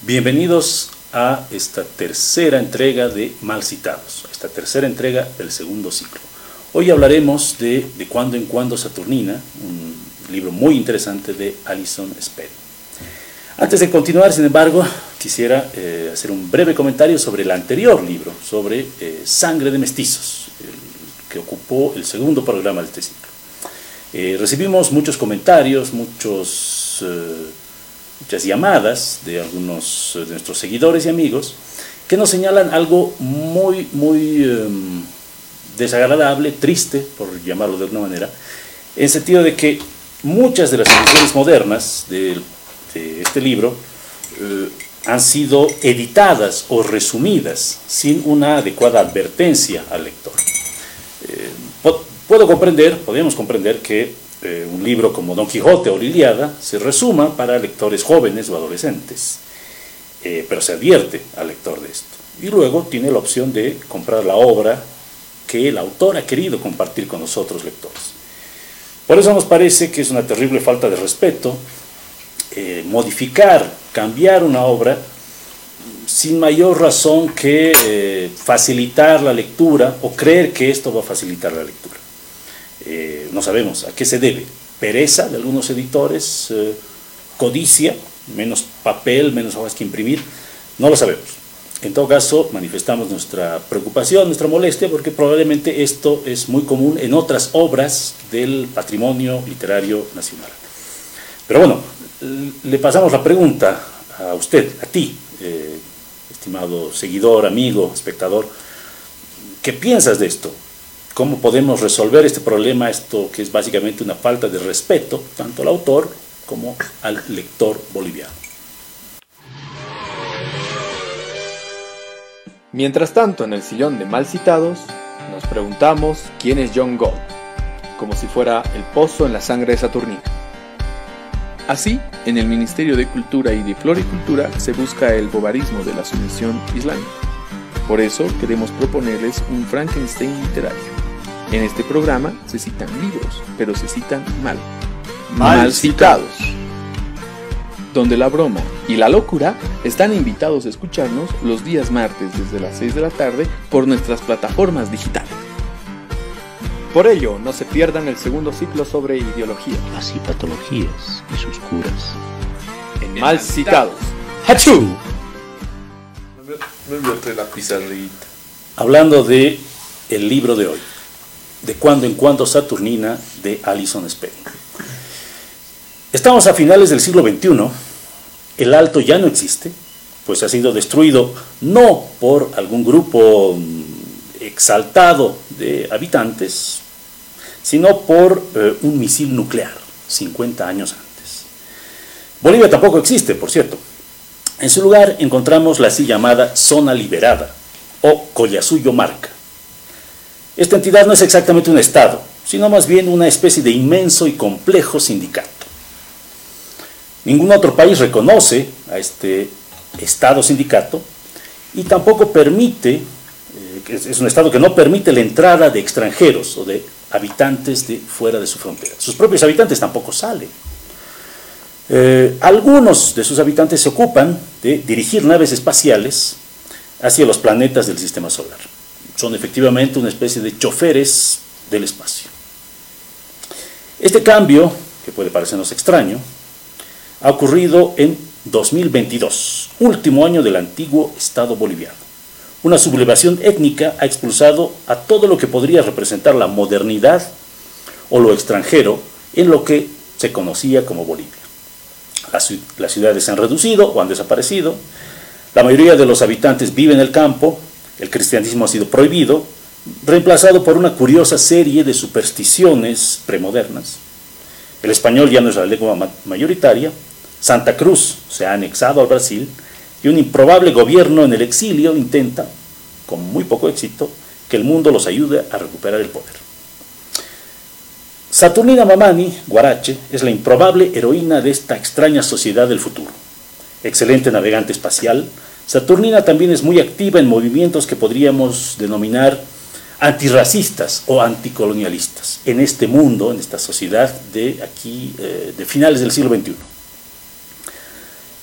Bienvenidos a esta tercera entrega de Mal Citados, esta tercera entrega del segundo ciclo. Hoy hablaremos de Cuando en Cuando Saturnina, un libro muy interesante de Alison Spell. Antes de continuar, sin embargo, quisiera hacer un breve comentario sobre el anterior libro, sobre Sangre de Mestizos, que ocupó el segundo programa de este ciclo. Recibimos muchos comentarios, muchas llamadas de algunos de nuestros seguidores y amigos que nos señalan algo muy desagradable, triste, por llamarlo de alguna manera, en el sentido de que muchas de las ediciones modernas de este libro han sido editadas o resumidas sin una adecuada advertencia al lector. Podemos comprender que un libro como Don Quijote o la Ilíada se resuma para lectores jóvenes o adolescentes, pero se advierte al lector de esto. Y luego tiene la opción de comprar la obra que el autor ha querido compartir con nosotros lectores. Por eso nos parece que es una terrible falta de respeto modificar, cambiar una obra sin mayor razón que facilitar la lectura o creer que esto va a facilitar la lectura. No sabemos a qué se debe. Pereza de algunos editores, codicia, menos papel, menos hojas que imprimir, no lo sabemos. En todo caso, manifestamos nuestra preocupación, nuestra molestia, porque probablemente esto es muy común en otras obras del patrimonio literario nacional. Pero bueno, le pasamos la pregunta a usted, a ti, estimado seguidor, amigo, espectador. ¿Qué piensas de esto? ¿Cómo podemos resolver este problema, esto que es básicamente una falta de respeto, tanto al autor como al lector boliviano? Mientras tanto, en el sillón de Mal Citados, nos preguntamos quién es John Gall, como si fuera el pozo en la sangre de Saturnina. Así, en el Ministerio de Cultura y de Floricultura se busca el bovarismo de la sumisión islámica. Por eso queremos proponerles un Frankenstein literario. En este programa se citan libros, pero se citan mal citados, donde la broma y la locura están invitados a escucharnos los días martes desde las 6 de la tarde por nuestras plataformas digitales. Por ello, no se pierdan el segundo ciclo sobre ideología, las patologías y sus curas. En Mal Citados. ¡Hachú! Me boté la pizarrita. Hablando de el libro de hoy, de Cuando en Cuando Saturnina, de Alison Spell. Estamos a finales del siglo XXI, el Alto ya no existe, pues ha sido destruido no por algún grupo exaltado de habitantes, sino por un misil nuclear, 50 años antes. Bolivia tampoco existe, por cierto. En su lugar encontramos la así llamada Zona Liberada, o Collasuyo Marca. Esta entidad no es exactamente un estado, sino más bien una especie de inmenso y complejo sindicato. Ningún otro país reconoce a este estado sindicato y tampoco permite, es un estado que no permite la entrada de extranjeros o de habitantes de fuera de su frontera. Sus propios habitantes tampoco salen. Algunos de sus habitantes se ocupan de dirigir naves espaciales hacia los planetas del sistema solar. Son efectivamente una especie de choferes del espacio. Este cambio, que puede parecernos extraño, ha ocurrido en 2022, último año del antiguo Estado boliviano. Una sublevación étnica ha expulsado a todo lo que podría representar la modernidad o lo extranjero en lo que se conocía como Bolivia. Las ciudades se han reducido o han desaparecido, la mayoría de los habitantes vive en el campo, el cristianismo ha sido prohibido, reemplazado por una curiosa serie de supersticiones premodernas. El español ya no es la lengua mayoritaria, Santa Cruz se ha anexado al Brasil y un improbable gobierno en el exilio intenta, con muy poco éxito, que el mundo los ayude a recuperar el poder. Saturnina Mamani, Guarache, es la improbable heroína de esta extraña sociedad del futuro. Excelente navegante espacial, Saturnina también es muy activa en movimientos que podríamos denominar antirracistas o anticolonialistas en este mundo, en esta sociedad de finales del siglo XXI.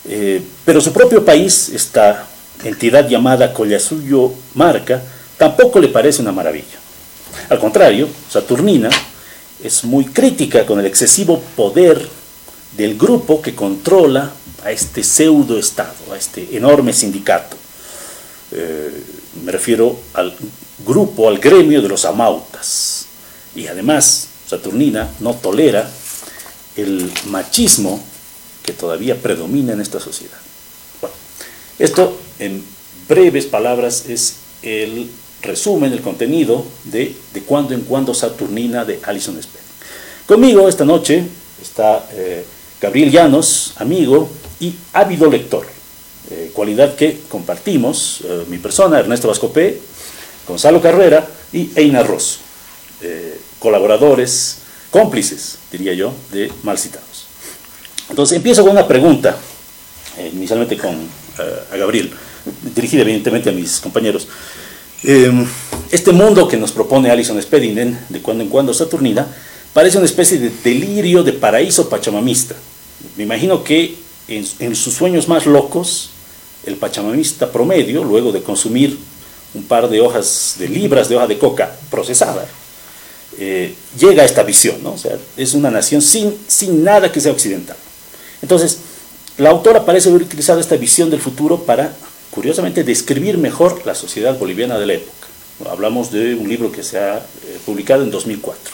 Pero su propio país, esta entidad llamada Collasuyo Marca, tampoco le parece una maravilla. Al contrario, Saturnina es muy crítica con el excesivo poder del grupo que controla a este pseudo-estado, a este enorme sindicato. Me refiero al grupo, al gremio de los amautas. Y además, Saturnina no tolera el machismo que todavía predomina en esta sociedad. Bueno, esto en breves palabras es el resumen, el contenido de Cuando en Cuando Saturnina de Alison Spedding. Conmigo esta noche está Gabriel Llanos, amigo y ávido lector, cualidad que compartimos, mi persona, Ernesto Vascopé, Gonzalo Carrera y Einar Rosso, colaboradores, cómplices, diría yo, de Mal Citados. Entonces empiezo con una pregunta, inicialmente a Gabriel, dirigida evidentemente a mis compañeros. Este mundo que nos propone Alison Spedding de Cuando en Cuando Saturnina parece una especie de delirio de paraíso pachamamista. Me imagino que en sus sueños más locos, el pachamamista promedio, luego de consumir un par de libras de hoja de coca procesada, llega a esta visión, ¿no? O sea, es una nación sin nada que sea occidental. Entonces, la autora parece haber utilizado esta visión del futuro para, curiosamente, describir mejor la sociedad boliviana de la época. Hablamos de un libro que se ha publicado en 2004.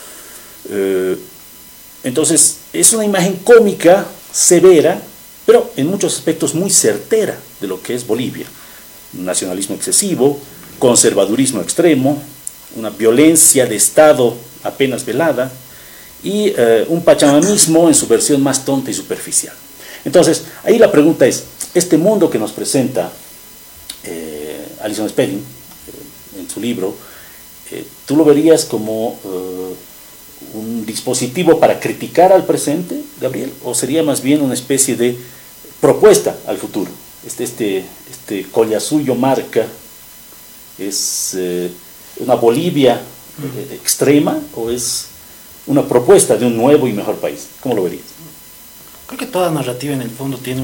Entonces, es una imagen cómica, severa, pero en muchos aspectos muy certera de lo que es Bolivia. Un nacionalismo excesivo, conservadurismo extremo, una violencia de Estado apenas velada y un pachamamismo en su versión más tonta y superficial. Entonces, ahí la pregunta es, este mundo que nos presenta Alison Spedding en su libro, ¿tú lo verías como un dispositivo para criticar al presente, Gabriel? ¿O sería más bien una especie de propuesta al futuro? Este Collasuyo Marca es una Bolivia extrema o es una propuesta de un nuevo y mejor país. ¿Cómo lo verías? Creo que toda narrativa en el fondo tiene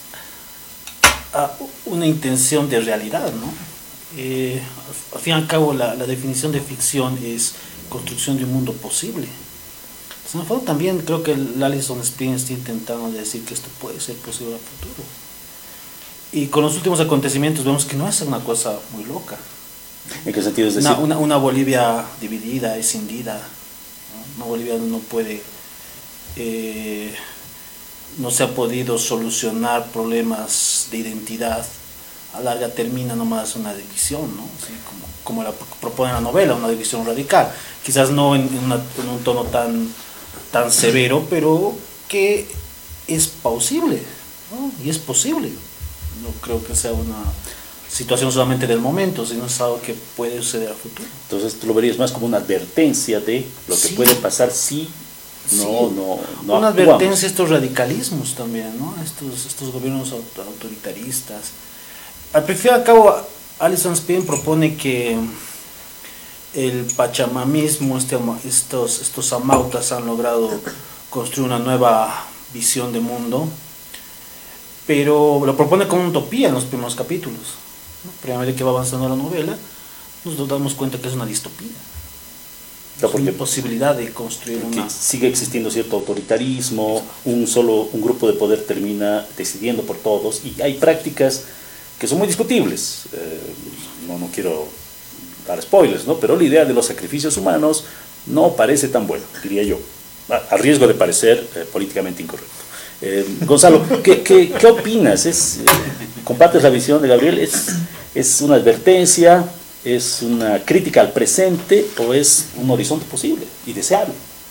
una intención de realidad, ¿no? Al fin y al cabo la definición de ficción es construcción de un mundo posible. Entonces, en el fondo también creo que Alison Spedding está intentando decir que esto puede ser posible a futuro. Y con los últimos acontecimientos vemos que no es una cosa muy loca. ¿En qué sentido es decir? Una Bolivia dividida, escindida, ¿no? Una Bolivia no puede, no se ha podido solucionar problemas de identidad. A larga termina nomás una división, ¿no? Así como la propone la novela, una división radical. Quizás no en un tono tan severo, pero que es plausible, ¿no? Y es posible. No creo que sea una situación solamente del momento, sino es algo que puede suceder a futuro. Entonces tú lo verías más como una advertencia de lo que puede pasar si no una advertencia a estos radicalismos también, ¿no? Estos gobiernos autoritaristas. Al fin y al cabo, Alison Spedding propone que el pachamamismo, estos amautas han logrado construir una nueva visión de mundo, pero lo propone como una utopía en los primeros capítulos, ¿no? Pero a medida que va avanzando la novela, nos damos cuenta que es una distopía. Es una imposibilidad de construir una... Sigue existiendo cierto autoritarismo, un grupo de poder termina decidiendo por todos, y hay prácticas que son muy discutibles. No quiero dar spoilers, ¿no? Pero la idea de los sacrificios humanos no parece tan buena, diría yo, a riesgo de parecer políticamente incorrecto. Gonzalo, ¿qué opinas? ¿Compartes la visión de Gabriel? ¿Es una advertencia? ¿Es una crítica al presente? ¿O es un horizonte posible y deseable?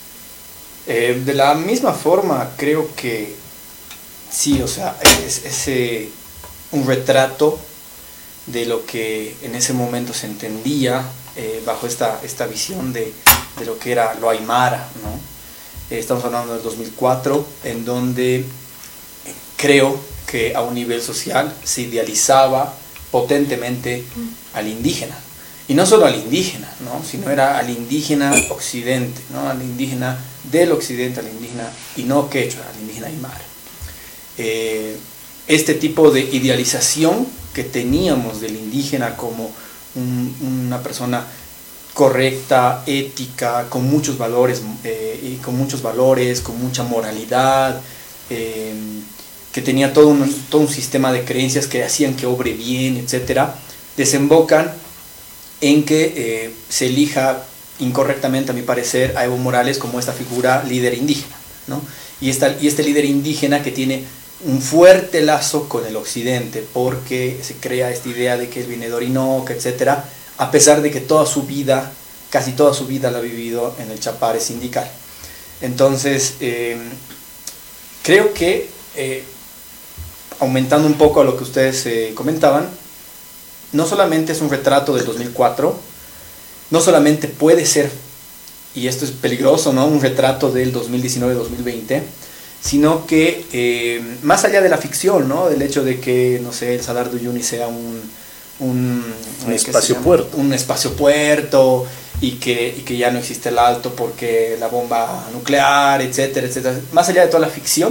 De la misma forma, creo que sí, o sea, es un retrato de lo que en ese momento se entendía bajo esta visión de lo que era lo aymara, ¿no? Estamos hablando del 2004, en donde creo que a un nivel social se idealizaba potentemente al indígena. Y no solo al indígena, ¿no? Sino era al indígena occidente, ¿no? Al indígena del occidente, al indígena, y no quechua, al indígena aymara. este tipo de idealización que teníamos del indígena como una persona correcta, ética, con muchos valores, con mucha moralidad, que tenía todo un sistema de creencias que hacían que obre bien, etcétera, desembocan en que se elija incorrectamente, a mi parecer, a Evo Morales como esta figura líder indígena, ¿no? Y este líder indígena que tiene un fuerte lazo con el occidente, porque se crea esta idea de que él viene de Orinoco, etcétera, a pesar de que casi toda su vida la ha vivido en el Chapare sindical. Entonces, creo que, aumentando un poco a lo que ustedes comentaban, no solamente es un retrato del 2004, no solamente puede ser, y esto es peligroso, ¿no?, un retrato del 2019-2020, sino que más allá de la ficción, ¿no?, del hecho de que, no sé, el Salar de Uyuni sea un espacio puerto. Un espacio puerto, y que ya no existe el Alto porque la bomba nuclear, etcétera, etcétera. Más allá de toda la ficción,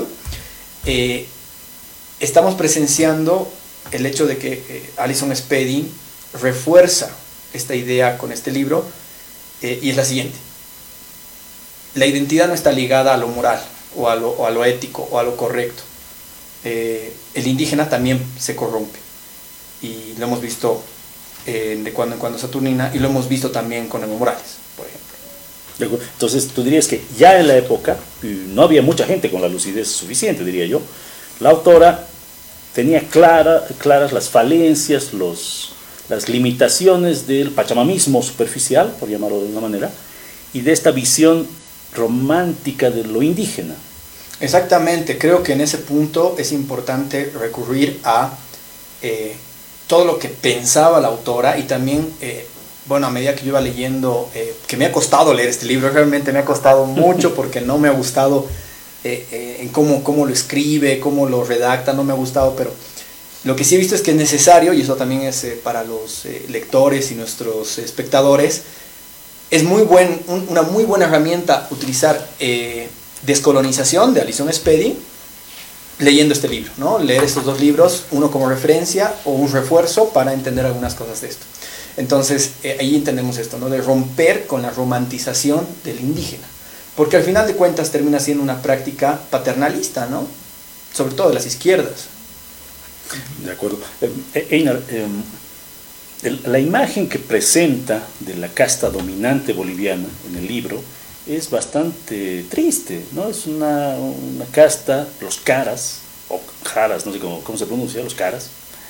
estamos presenciando el hecho de que Alison Spedding refuerza esta idea con este libro, y es la siguiente: la identidad no está ligada a lo moral o a lo ético o a lo correcto. El indígena también se corrompe, y lo hemos visto de cuando en cuando Saturnina, y lo hemos visto también con Evo Morales, por ejemplo. Entonces tú dirías que ya en la época no había mucha gente con la lucidez suficiente, diría yo. La autora tenía claras las falencias, las limitaciones del pachamamismo superficial, por llamarlo de una manera, y de esta visión romántica de lo indígena. Exactamente, creo que en ese punto es importante recurrir a todo lo que pensaba la autora, y también, bueno, a medida que yo iba leyendo, que me ha costado leer este libro, realmente me ha costado mucho porque no me ha gustado en cómo lo escribe, cómo lo redacta, no me ha gustado, pero lo que sí he visto es que es necesario, y eso también es para los lectores y nuestros espectadores, es una muy buena herramienta utilizar Descolonización de Alison Spedding leyendo este libro, ¿no? Leer estos dos libros, uno como referencia o un refuerzo para entender algunas cosas de esto. Entonces, ahí entendemos esto, ¿no?, de romper con la romantización del indígena, porque al final de cuentas termina siendo una práctica paternalista, ¿no?, sobre todo de las izquierdas. De acuerdo. Einar, la imagen que presenta de la casta dominante boliviana en el libro es bastante triste, ¿no? Es una casta, los caras, o jaras, no sé cómo se pronuncia, los caras,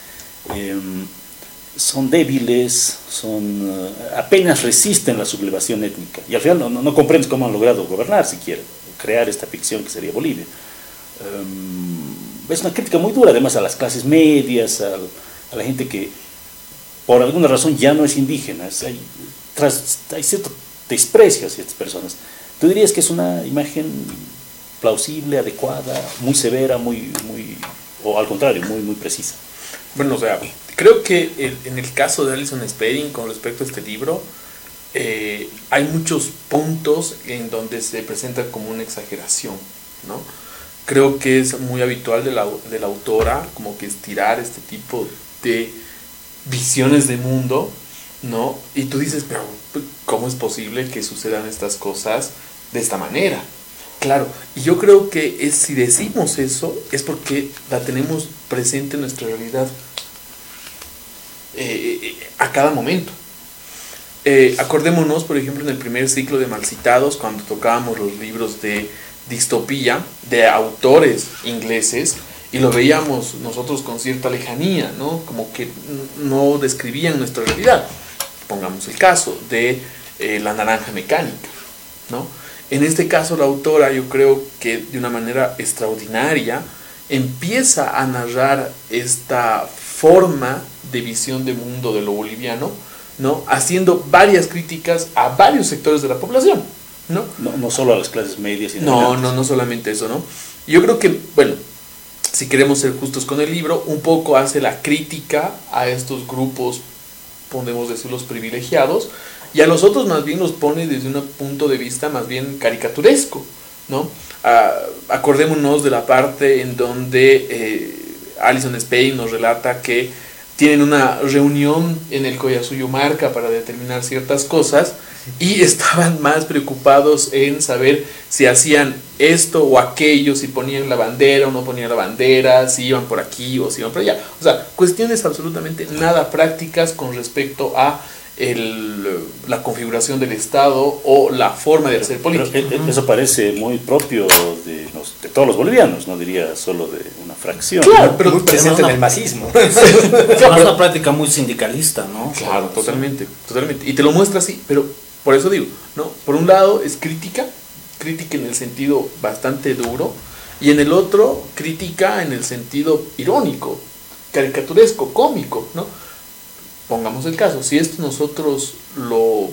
son débiles, apenas resisten la sublevación étnica, y al final no comprendes cómo han logrado gobernar siquiera, crear esta ficción que sería Bolivia. Es una crítica muy dura además a las clases medias, a la gente que por alguna razón ya no es indígena. Hay cierto desprecio hacia estas personas. ¿Tú dirías que es una imagen plausible, adecuada, muy severa, o al contrario, muy precisa? Bueno, o sea, creo que en el caso de Alison Spedding con respecto a este libro, hay muchos puntos en donde se presenta como una exageración, ¿no? Creo que es muy habitual de la autora como que estirar este tipo de visiones de mundo, ¿no? Y tú dices, pero ¿cómo es posible que sucedan estas cosas de esta manera? Claro, y yo creo que si decimos eso es porque la tenemos presente en nuestra realidad a cada momento. Acordémonos, por ejemplo, en el primer ciclo de Malcitados, cuando tocábamos los libros de distopía de autores ingleses, y lo veíamos nosotros con cierta lejanía, ¿no? Como que no describían nuestra realidad. Pongamos el caso de La Naranja Mecánica, ¿no? En este caso la autora, yo creo que de una manera extraordinaria empieza a narrar esta forma de visión de mundo de lo boliviano, ¿no?, haciendo varias críticas a varios sectores de la población, ¿no? No solo a las clases medias. No solamente eso, ¿no? Yo creo que, bueno, si queremos ser justos con el libro, un poco hace la crítica a estos grupos, podemos decir, los privilegiados, y a los otros más bien los pone desde un punto de vista más bien caricaturesco, ¿no? Acordémonos de la parte en donde Alison Spain nos relata que tienen una reunión en el Koyasuyo Marca para determinar ciertas cosas y estaban más preocupados en saber si hacían esto o aquello, si ponían la bandera o no ponían la bandera, si iban por aquí o si iban por allá. O sea, cuestiones absolutamente nada prácticas con respecto a la configuración del Estado o la forma de hacer política. Pero eso parece muy propio de todos los bolivianos, no diría solo de una fracción. Claro, pero muy presente en una- el masismo. Es una práctica muy sindicalista, ¿no? Claro, totalmente, totalmente. Y te lo muestra así, pero por eso digo, ¿no? Por un lado es crítica en el sentido bastante duro, y en el otro crítica en el sentido irónico, caricaturesco, cómico, ¿no? Pongamos el caso, si esto nosotros lo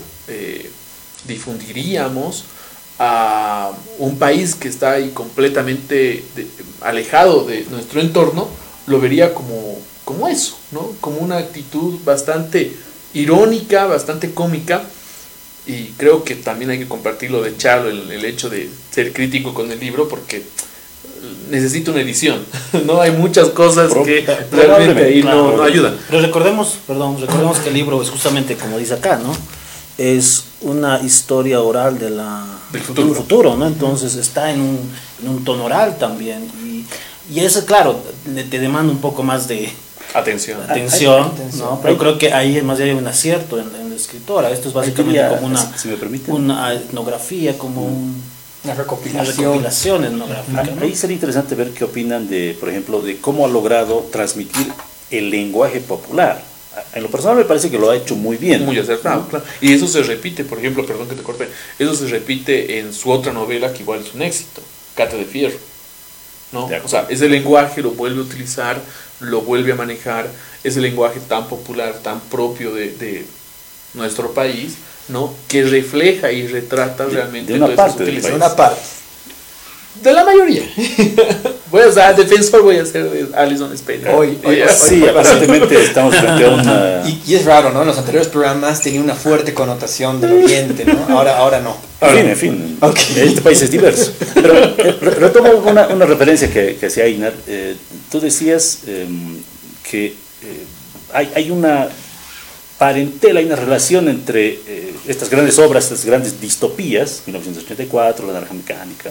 difundiríamos a un país que está ahí completamente alejado de nuestro entorno, lo vería como eso, ¿no? Como una actitud bastante irónica, bastante cómica, y creo que también hay que compartirlo de Chalo, el hecho de ser crítico con el libro, porque necesita una edición, ¿no? Hay muchas cosas que realmente ahí no ayudan. Pero recordemos que el libro es justamente como dice acá, ¿no? Es una historia oral del futuro, ¿no? Entonces está en un tono oral también, y eso, claro, te demanda un poco más de Atención, ¿no? Pero creo que ahí más bien hay un acierto en la escritora. Esto es básicamente como una etnografía, como Una una recopilación. recopilación etnográfica, ¿no? Ahí sería interesante ver qué opinan de, por ejemplo, de cómo ha logrado transmitir el lenguaje popular. En lo personal me parece que lo ha hecho muy bien. muy acertado, claro. Y eso se repite, por ejemplo, perdón que te corté, eso se repite en su otra novela que igual es un éxito, Cate de Fierro, ¿no? O sea, ese lenguaje lo vuelve a utilizar, lo vuelve a manejar, ese lenguaje tan popular, tan propio de nuestro país, ¿no? Que refleja y retrata realmente de una todas esas parte del utilizaciones. Una parte. De la mayoría. Voy a ser defensor, voy a ser de Alison Spain. Hoy, Sí, aparentemente estamos frente a una... Y es raro, ¿no? En los anteriores programas tenía una fuerte connotación del Oriente, ¿no? Ahora no. En fin, Okay. este país es diverso. Pero retomo una referencia que hacía Einar. Tú decías que hay una parentela, hay una relación entre estas grandes obras, estas grandes distopías, 1984, La Naranja Mecánica,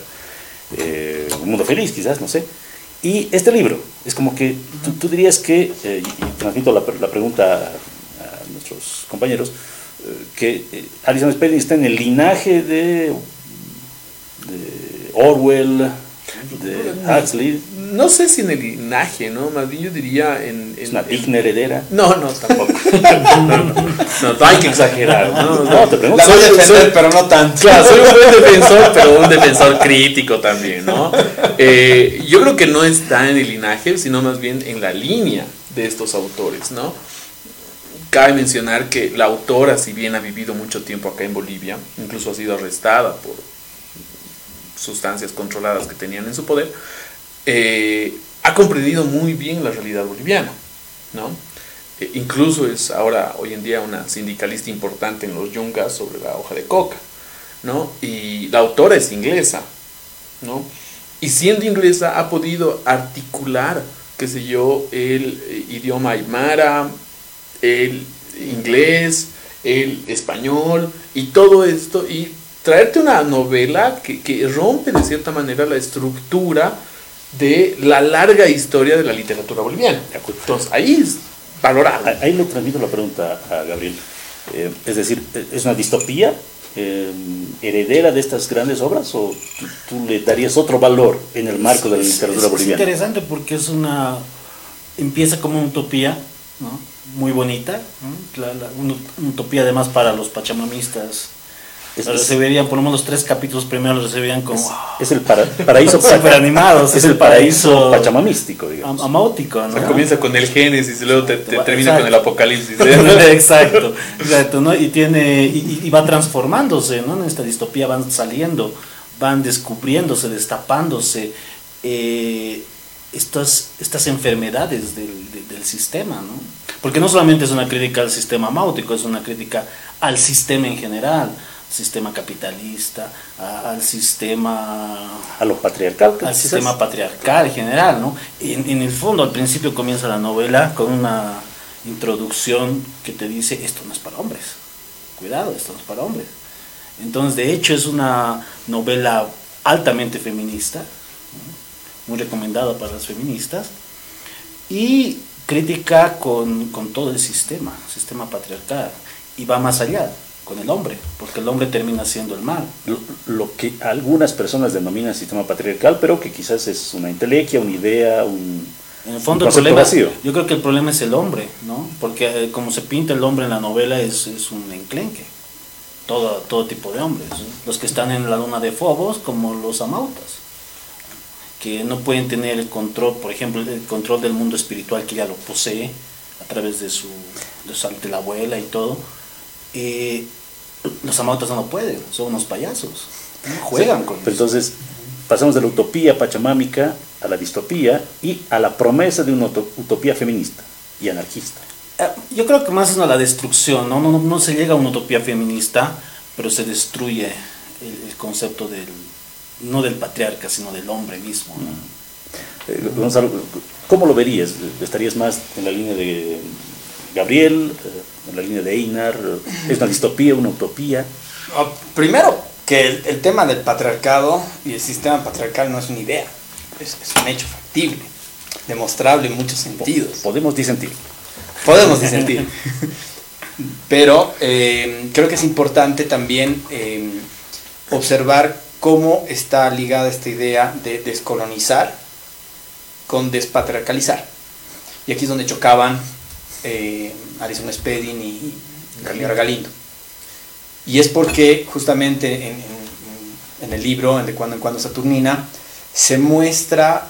Un Mundo Feliz, quizás, no sé, y este libro. Es como que tú dirías que, y transmito la pregunta a nuestros compañeros, que Alison Spain está en el linaje de Orwell, de Huxley. No sé si en el linaje, ¿no? Más bien yo diría Es una digna heredera. No, tampoco. No, hay que exagerar, ¿no? No, te pregunto. La voy a Soy- defender, pero no tanto. Claro, soy un buen defensor, pero un defensor crítico también, ¿no? Yo creo que no está en el linaje, sino más bien en la línea de estos autores, ¿no? Cabe mencionar que la autora, si bien ha vivido mucho tiempo acá en Bolivia, incluso ha sido arrestada por sustancias controladas que tenían en su poder, ha comprendido muy bien la realidad boliviana, ¿no? Incluso es ahora, hoy en día, una sindicalista importante en los yungas sobre la hoja de coca, ¿no? Y la autora es inglesa, ¿no? Y siendo inglesa ha podido articular, qué sé yo, el idioma aymara, el inglés, el español y todo esto, y traerte una novela que rompe de cierta manera la estructura de la larga historia de la literatura boliviana. Entonces ahí es valorable. Ahí le transmito la pregunta a Gabriel. Es decir, ¿es una distopía heredera de estas grandes obras o tú le darías otro valor en el marco de la literatura Es boliviana? interesante porque empieza como una utopía, ¿no? Muy bonita, ¿no? Una utopía además para los pachamamistas. La recibirían, por lo menos los 3 capítulos primeros los recibirían como Es el paraíso súper animados. Es el paraíso pachamamístico, digamos. Amáutico, O sea, ¿no? comienza con el Génesis y luego te termina Exacto. con el Apocalipsis. exacto, ¿no? Y va transformándose, ¿no? En esta distopía van saliendo, van descubriéndose, destapándose estas enfermedades del sistema, ¿no? Porque no solamente es una crítica al sistema máutico, es una crítica al sistema en general. sistema capitalista, al sistema... A lo patriarcal. Al sistema patriarcal en general, ¿no? En el fondo, al principio comienza la novela con una introducción que te dice, esto no es para hombres, cuidado, esto no es para hombres. Entonces, de hecho, es una novela altamente feminista, ¿no? Muy recomendada para las feministas, y crítica con todo el sistema patriarcal, y va más allá, con el hombre, porque el hombre termina siendo el mal. Lo que algunas personas denominan sistema patriarcal, pero que quizás es una entelequia, una idea, en el fondo el problema, yo creo que el problema es el hombre, ¿no? Porque como se pinta el hombre en la novela es un enclenque, todo tipo de hombres, ¿no? Los que están en la luna de Fobos, como los amautas, que no pueden tener el control, por ejemplo, el control del mundo espiritual, que ya lo posee a través de la abuela y todo. Los amautas no pueden, son unos payasos, ¿no? Juegan con eso. Entonces pasamos de la utopía pachamámica a la distopía y a la promesa de una utopía feminista y anarquista. Yo creo que más es la destrucción, no se llega a una utopía feminista, pero se destruye el concepto no del patriarca, sino del hombre mismo, ¿no? Gonzalo, ¿cómo lo verías? ¿Estarías más en la línea de Gabriel, en la línea de Einar? ¿Es una distopía, una utopía? Primero, que el tema del patriarcado y el sistema patriarcal no es una idea, es un hecho factible, demostrable en muchos sentidos. Podemos disentir. Pero creo que es importante también observar cómo está ligada esta idea de descolonizar con despatriarcalizar. Y aquí es donde chocaban Alison Spedding y Gabriela Galindo. Y es porque justamente en el libro, en De Cuando en Cuando Saturnina, se muestra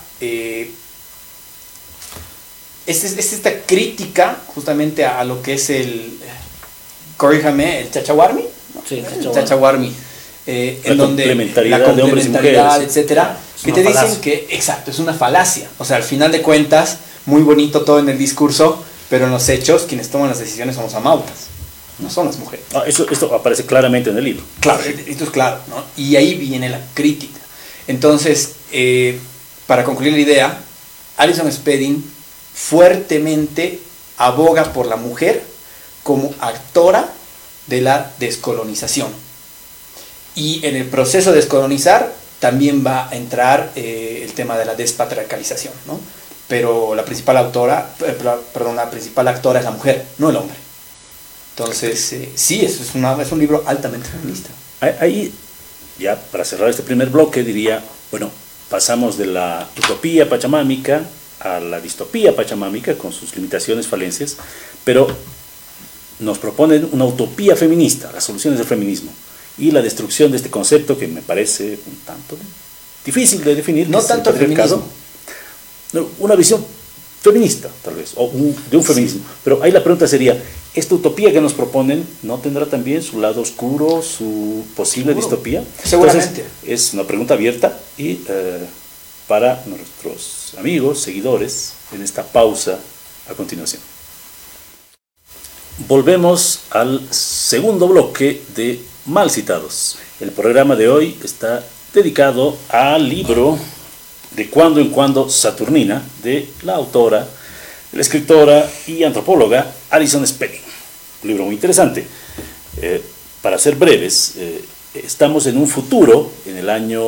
esta crítica justamente a lo que es corríjame, el chachahuarmi, ¿no? Sí, el chachahuarmi, en donde complementariedad la complementariedad, de etcétera, que te dicen falacia. que, exacto, es una falacia. O sea, al final de cuentas, muy bonito todo en el discurso, pero en los hechos, quienes toman las decisiones son los amautas, no son las mujeres. Esto aparece claramente en el libro. Claro, esto es claro, ¿no? Y ahí viene la crítica. Entonces, para concluir la idea, Alison Spedding fuertemente aboga por la mujer como actora de la descolonización. Y en el proceso de descolonizar también va a entrar el tema de la despatriarcalización, ¿no? Pero la principal la principal actora es la mujer, no el hombre. Entonces, sí, es un libro altamente feminista. Ahí, ya para cerrar este primer bloque, diría, bueno, pasamos de la utopía pachamámica a la distopía pachamámica, con sus limitaciones, falencias, pero nos proponen una utopía feminista, las soluciones del feminismo, y la destrucción de este concepto que me parece un tanto difícil de definir. No tanto el feminismo. Una visión feminista, tal vez, o de un feminismo. Pero ahí la pregunta sería, ¿esta utopía que nos proponen no tendrá también su lado oscuro, su posible distopía? Seguramente. Entonces, es una pregunta abierta y para nuestros amigos, seguidores, en esta pausa a continuación. Volvemos al segundo bloque de Mal Citados. El programa de hoy está dedicado al libro De Cuando en Cuando Saturnina, de la autora, la escritora y antropóloga Alison Spedding. Un libro muy interesante. Para ser breves, estamos en un futuro, en el año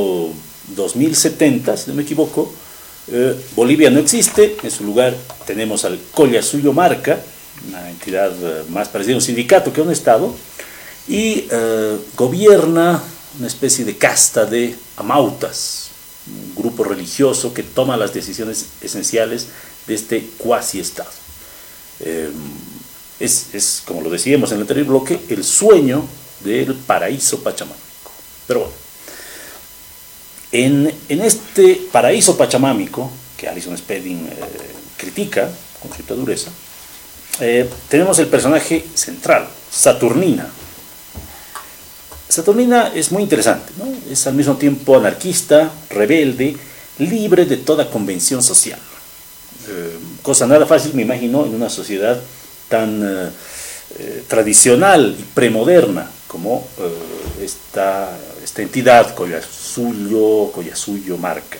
2070, si no me equivoco. Bolivia no existe, en su lugar tenemos al Collasuyo Marca, una entidad más parecida a un sindicato que a un estado, y gobierna una especie de casta de amautas, un grupo religioso que toma las decisiones esenciales de este cuasi-estado. Es, como lo decíamos en el anterior bloque, el sueño del paraíso pachamámico. Pero bueno, en este paraíso pachamámico, que Alison Spedding critica con cierta dureza, tenemos el personaje central, Saturnina. Saturnina es muy interesante, ¿no? Es al mismo tiempo anarquista, rebelde, libre de toda convención social. Cosa nada fácil, me imagino, en una sociedad tan tradicional y premoderna, como esta entidad Collasuyo marca.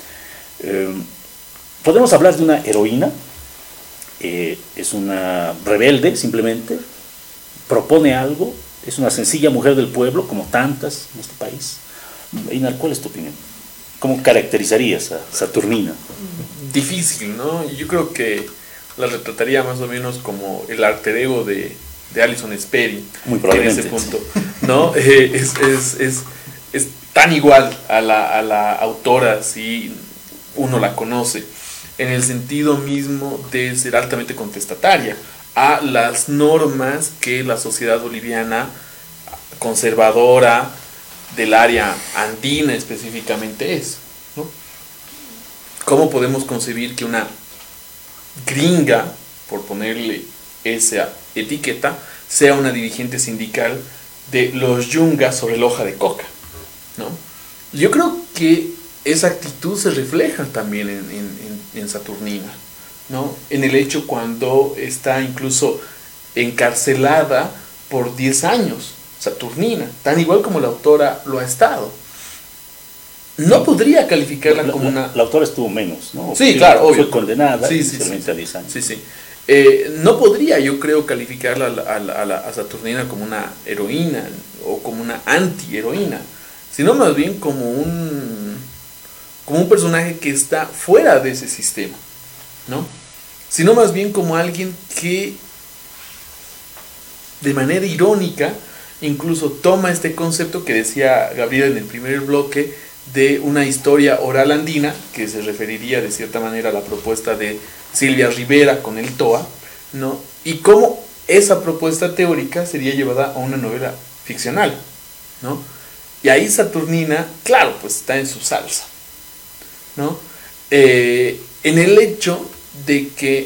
Podemos hablar de una heroína, es una rebelde simplemente, propone algo, es una sencilla mujer del pueblo, como tantas en este país. Einar, ¿cuál es tu opinión? ¿Cómo caracterizarías a Saturnina? Difícil, ¿no? Yo creo que la retrataría más o menos como el alter ego de Alison Sperry. Muy probablemente. En ese punto, ¿no? Es tan igual a la autora si uno la conoce, en el sentido mismo de ser altamente contestataria a las normas que la sociedad boliviana conservadora del área andina específicamente es, ¿no? ¿Cómo podemos concebir que una gringa, por ponerle esa etiqueta, sea una dirigente sindical de los yungas sobre la hoja de coca, ¿no? Yo creo que esa actitud se refleja también en Saturnina, ¿no? En el hecho cuando está incluso encarcelada por 10 años, Saturnina, tan igual como la autora lo ha estado. No podría calificarla como una... La autora estuvo menos, ¿no? Sí, claro, obvio. Fue condenada, sí, a 10 años. Sí, sí. No podría, yo creo, calificarla a Saturnina como una heroína o como una anti-heroína, sino más bien como un personaje que está fuera de ese sistema, ¿no? Sino más bien como alguien que de manera irónica incluso toma este concepto que decía Gabriel en el primer bloque de una historia oral andina, que se referiría de cierta manera a la propuesta de Silvia Rivera con el TOA, ¿no? Y cómo esa propuesta teórica sería llevada a una novela ficcional, ¿no? Y ahí Saturnina, claro, pues está en su salsa, ¿no? En el hecho de que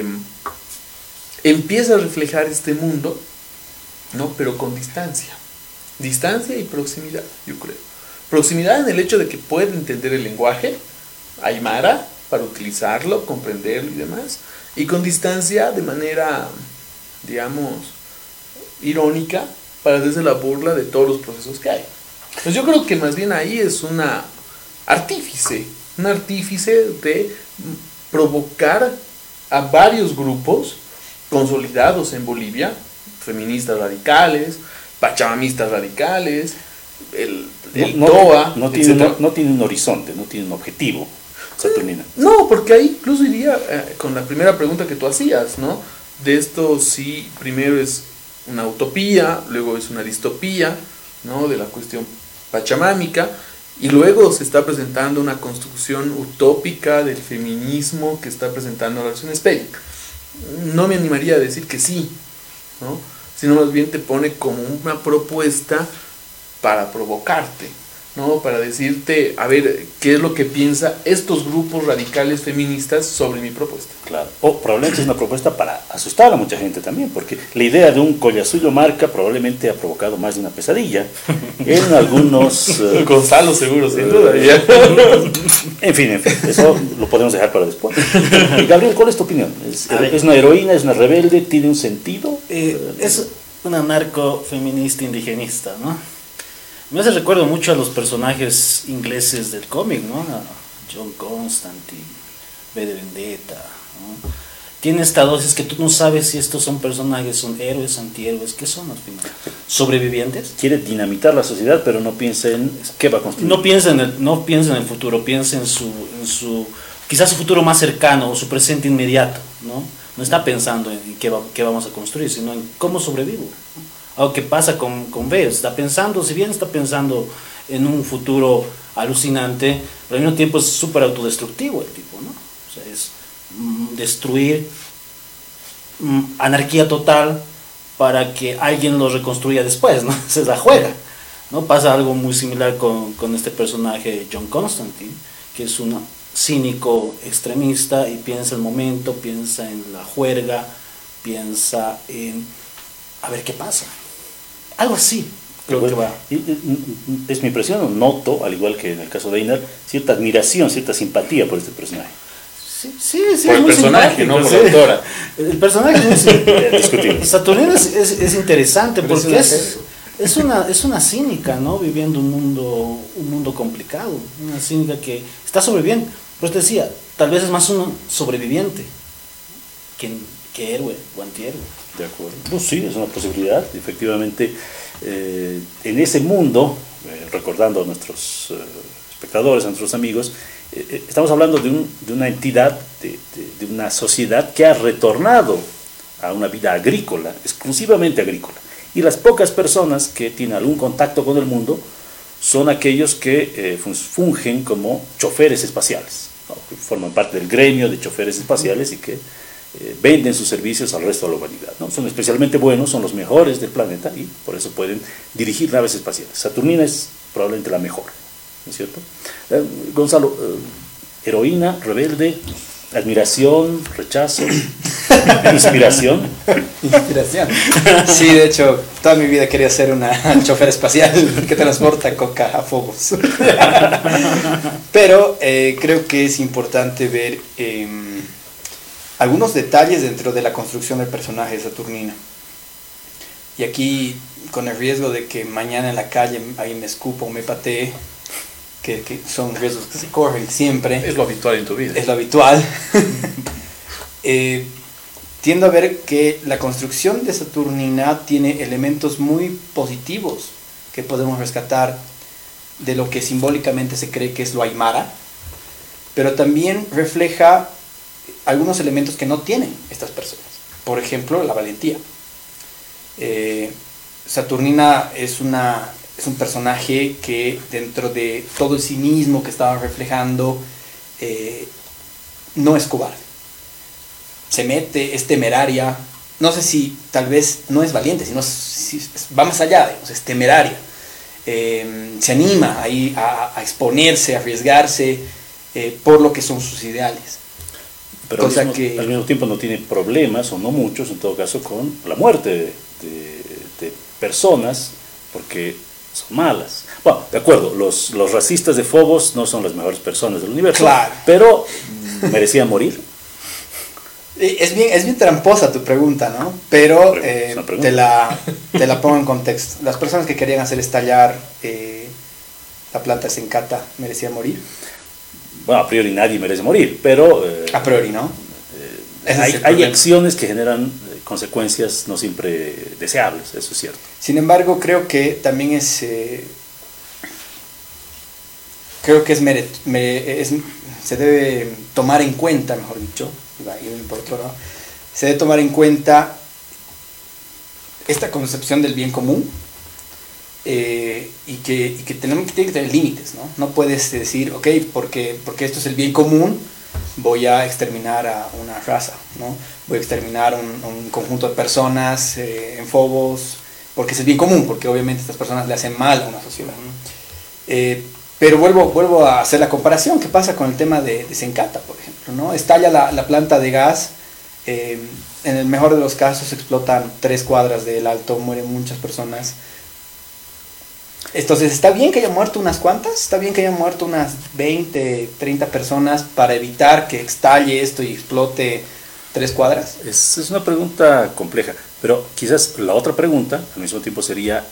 empieza a reflejar este mundo, ¿no? Pero con distancia y proximidad, yo creo. Proximidad en el hecho de que puede entender el lenguaje aymara para utilizarlo, comprenderlo y demás, y con distancia de manera, digamos, irónica para hacerse la burla de todos los procesos que hay. Pues yo creo que más bien ahí es un artífice de provocar a varios grupos consolidados en Bolivia, feministas radicales, pachamamistas radicales, el TOA, no tiene un horizonte, no tiene un objetivo, Saturnina. No, porque ahí incluso iría con la primera pregunta que tú hacías, ¿no? De esto sí, primero es una utopía, luego es una distopía, ¿no? De la cuestión pachamámica, y luego se está presentando una construcción utópica del feminismo que está presentando la Alison Sperry. No me animaría a decir que sí, ¿no? Sino más bien te pone como una propuesta para provocarte, ¿no? Para decirte, a ver, ¿qué es lo que piensan estos grupos radicales feministas sobre mi propuesta? Claro. O probablemente es una propuesta para asustar a mucha gente también, porque la idea de un Collasuyo marca probablemente ha provocado más de una pesadilla en algunos... Gonzalo seguro, sin duda. En fin, eso lo podemos dejar para después. Gabriel, ¿cuál es tu opinión? ¿Es una heroína, es una rebelde, tiene un sentido? Es una narcofeminista indigenista, ¿no? Me hace recuerdo mucho a los personajes ingleses del cómic, ¿no? A John Constantine, V de Vendetta, ¿no? Tiene esta dosis que tú no sabes si estos son personajes, son héroes, antihéroes, ¿qué son al final? ¿Sobrevivientes? Quiere dinamitar la sociedad, pero no piensa en qué va a construir. No piensa en el futuro, piensa en su quizás su futuro más cercano o su presente inmediato, ¿no? No está pensando en qué vamos a construir, sino en cómo sobrevivo, ¿no? Algo que pasa con B, está pensando, si bien está pensando en un futuro alucinante, pero al mismo tiempo es súper autodestructivo el tipo, ¿no? O sea, es destruir, anarquía total para que alguien lo reconstruya después, ¿no? Se la juega, ¿no? Pasa algo muy similar con este personaje John Constantine, que es un cínico extremista y piensa el momento, piensa en la juerga, piensa en a ver qué pasa. Algo así, creo que va. Es mi impresión, noto, al igual que en el caso de Einar, cierta admiración, cierta simpatía por este personaje. Sí, por es el muy personaje, no por simpático, la autora. El personaje es muy discutible. Saturnina es interesante Pero porque es es una cínica, ¿no? Viviendo un mundo complicado, una cínica que está sobreviviendo. Pues te decía, tal vez es más un sobreviviente que héroe o antihéroe. De acuerdo. Pues sí, es una posibilidad. Efectivamente, en ese mundo, recordando a nuestros espectadores, a nuestros amigos, estamos hablando de una entidad, de una sociedad que ha retornado a una vida agrícola, exclusivamente agrícola. Y las pocas personas que tienen algún contacto con el mundo son aquellos que fungen como choferes espaciales, ¿no? Que forman parte del gremio de choferes espaciales y que venden sus servicios al resto de la humanidad, ¿no? Son especialmente buenos, son los mejores del planeta y por eso pueden dirigir naves espaciales. Saturnina es probablemente la mejor, ¿no es cierto? Gonzalo, heroína, rebelde, admiración, rechazo, inspiración. Inspiración. Sí, de hecho, toda mi vida quería ser una chofer espacial que transporta coca a Phobos. Pero creo que es importante ver algunos detalles dentro de la construcción del personaje de Saturnina. Y aquí, con el riesgo de que mañana en la calle ahí me escupa o me patee, que son riesgos que se corren siempre. Es lo habitual en tu vida. Es lo habitual. Tiendo a ver que la construcción de Saturnina tiene elementos muy positivos que podemos rescatar de lo que simbólicamente se cree que es lo aymara, pero también refleja algunos elementos que no tienen estas personas. Por ejemplo, la valentía. Saturnina es un personaje que dentro de todo el cinismo que estaba reflejando no es cobarde. Se mete, es temeraria. No sé si tal vez no es valiente, sino si va más allá, digamos, es temeraria. Se anima ahí a exponerse, a arriesgarse por lo que son sus ideales. Pero al mismo tiempo no tiene problemas, o no muchos en todo caso, con la muerte de personas, porque son malas. Bueno, de acuerdo, los racistas de Phobos no son las mejores personas del universo, claro, pero merecían morir. Es bien tramposa tu pregunta, ¿no? Pero te la pongo en contexto. Las personas que querían hacer estallar la planta de Senkata merecían morir. Bueno, a priori nadie merece morir, pero... a priori, ¿no? Hay acciones que generan consecuencias no siempre deseables, eso es cierto. Sin embargo, creo que también se debe tomar en cuenta, mejor dicho, por otro lado, se debe tomar en cuenta esta concepción del bien común y que tiene que tener límites, ¿no? No puedes decir, ok, porque esto es el bien común, voy a exterminar a una raza, ¿no? Voy a exterminar un conjunto de personas en Phobos, porque es el bien común, porque obviamente estas personas le hacen mal a una sociedad, ¿no? Pero vuelvo a hacer la comparación. ¿Qué pasa con el tema de Senkata, por ejemplo, ¿no? Estalla la planta de gas, en el mejor de los casos explotan 3 cuadras del alto, mueren muchas personas. Entonces, ¿está bien que haya muerto unas cuantas? ¿Está bien que haya muerto unas 20, 30 personas para evitar que estalle esto y explote 3 cuadras? Es una pregunta compleja, pero quizás la otra pregunta al mismo tiempo sería...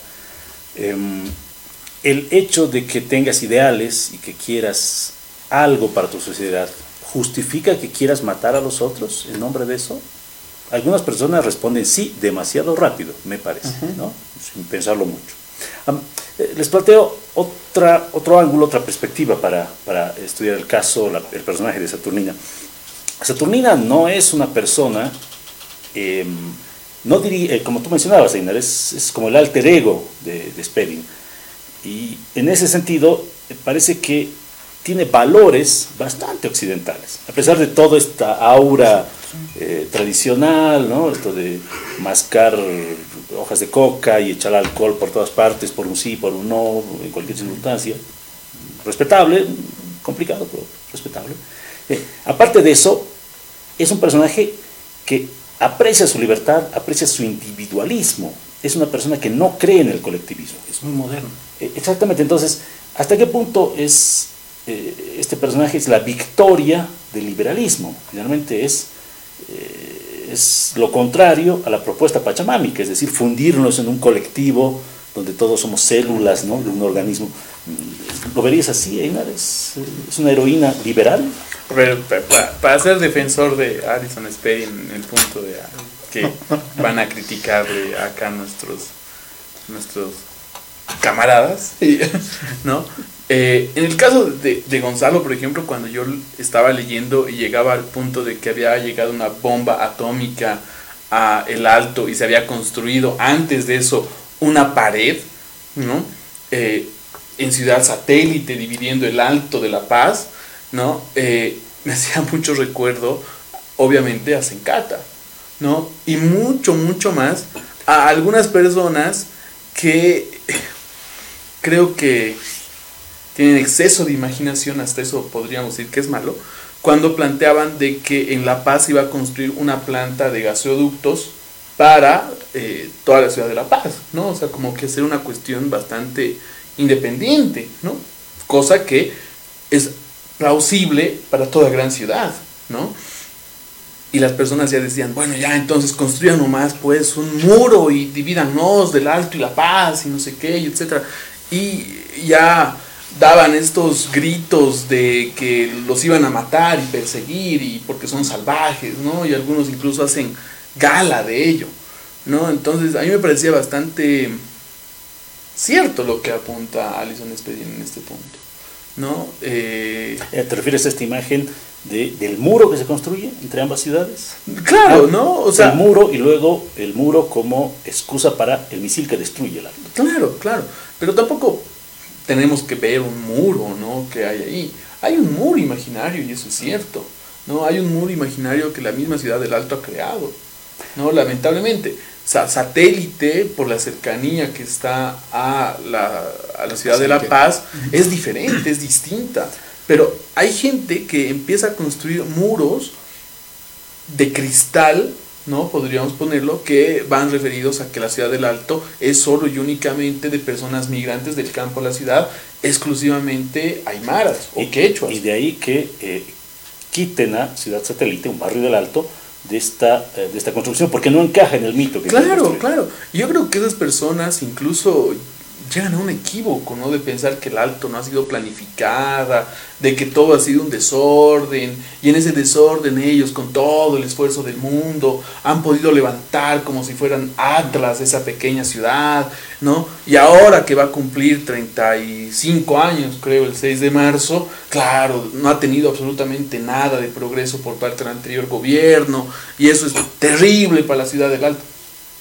el hecho de que tengas ideales y que quieras algo para tu sociedad, ¿justifica que quieras matar a los otros en nombre de eso? Algunas personas responden sí, demasiado rápido, me parece, ¿no? Sin pensarlo mucho. Les planteo otro ángulo, otra perspectiva para estudiar el caso, el personaje de Saturnina. Saturnina no es una persona, no diría, como tú mencionabas, Einar, es como el alter ego de Spedding. Y en ese sentido, parece que tiene valores bastante occidentales, a pesar de toda esta aura tradicional, ¿no? Esto de mascar hojas de coca y echar alcohol por todas partes, por un sí, por un no, en cualquier circunstancia. Respetable, complicado, pero respetable. Aparte de eso, es un personaje que aprecia su libertad, aprecia su individualismo. Es una persona que no cree en el colectivismo. Es muy moderno. Exactamente, entonces, ¿hasta qué punto es este personaje es la victoria del liberalismo. Finalmente es lo contrario a la propuesta pachamámica, es decir, fundirnos en un colectivo donde todos somos células, ¿no?, de un organismo. ¿Lo verías así, Einar? ¿Es una heroína liberal? Para ser defensor de Alison Spade en el punto de que van a criticarle acá nuestros camaradas, ¿no? En el caso de Gonzalo, por ejemplo, cuando yo estaba leyendo y llegaba al punto de que había llegado una bomba atómica a El Alto y se había construido antes de eso una pared, ¿no?, en Ciudad Satélite, dividiendo El Alto de La Paz, ¿no? Me hacía mucho recuerdo, obviamente, a Sencata, ¿no? Y mucho, mucho más a algunas personas que creo que tienen exceso de imaginación, hasta eso podríamos decir que es malo, cuando planteaban de que en La Paz iba a construir una planta de gasoductos para toda la ciudad de La Paz, ¿no? O sea, como que hacer una cuestión bastante independiente, ¿no? Cosa que es plausible para toda gran ciudad, ¿no? Y las personas ya decían, bueno, ya entonces construyan nomás pues un muro y divídanos del Alto y La Paz y no sé qué, y etcétera. Y ya daban estos gritos de que los iban a matar y perseguir y porque son salvajes, ¿no? Y algunos incluso hacen gala de ello, ¿no? Entonces a mí me parecía bastante cierto lo que apunta Alison Spade en este punto, ¿no? ¿Te refieres a esta imagen del muro que se construye entre ambas ciudades? Claro, ¿no? O sea, el muro y luego el muro como excusa para el misil que destruye el Alto. Claro, claro, pero tampoco tenemos que ver un muro, ¿no?, que hay ahí. Hay un muro imaginario y eso es cierto, ¿no? Hay un muro imaginario que la misma ciudad del Alto ha creado, ¿no? Lamentablemente. Satélite, por la cercanía que está a la ciudad de La Paz, es diferente, es distinta. Pero hay gente que empieza a construir muros de cristal, ¿no?, podríamos ponerlo, que van referidos a que la ciudad del Alto es solo y únicamente de personas migrantes del campo a la ciudad, exclusivamente aymaras o quechuas. Y de ahí que quiten a Ciudad Satélite, un barrio del Alto, de esta construcción, porque no encaja en el mito que claro. Yo creo que esas personas incluso llegan a un equívoco, ¿no?, de pensar que el Alto no ha sido planificada, de que todo ha sido un desorden, y en ese desorden ellos, con todo el esfuerzo del mundo, han podido levantar como si fueran Atlas esa pequeña ciudad, ¿no? Y ahora que va a cumplir 35 años, creo, el 6 de marzo, claro, no ha tenido absolutamente nada de progreso por parte del anterior gobierno, y eso es terrible para la ciudad del Alto.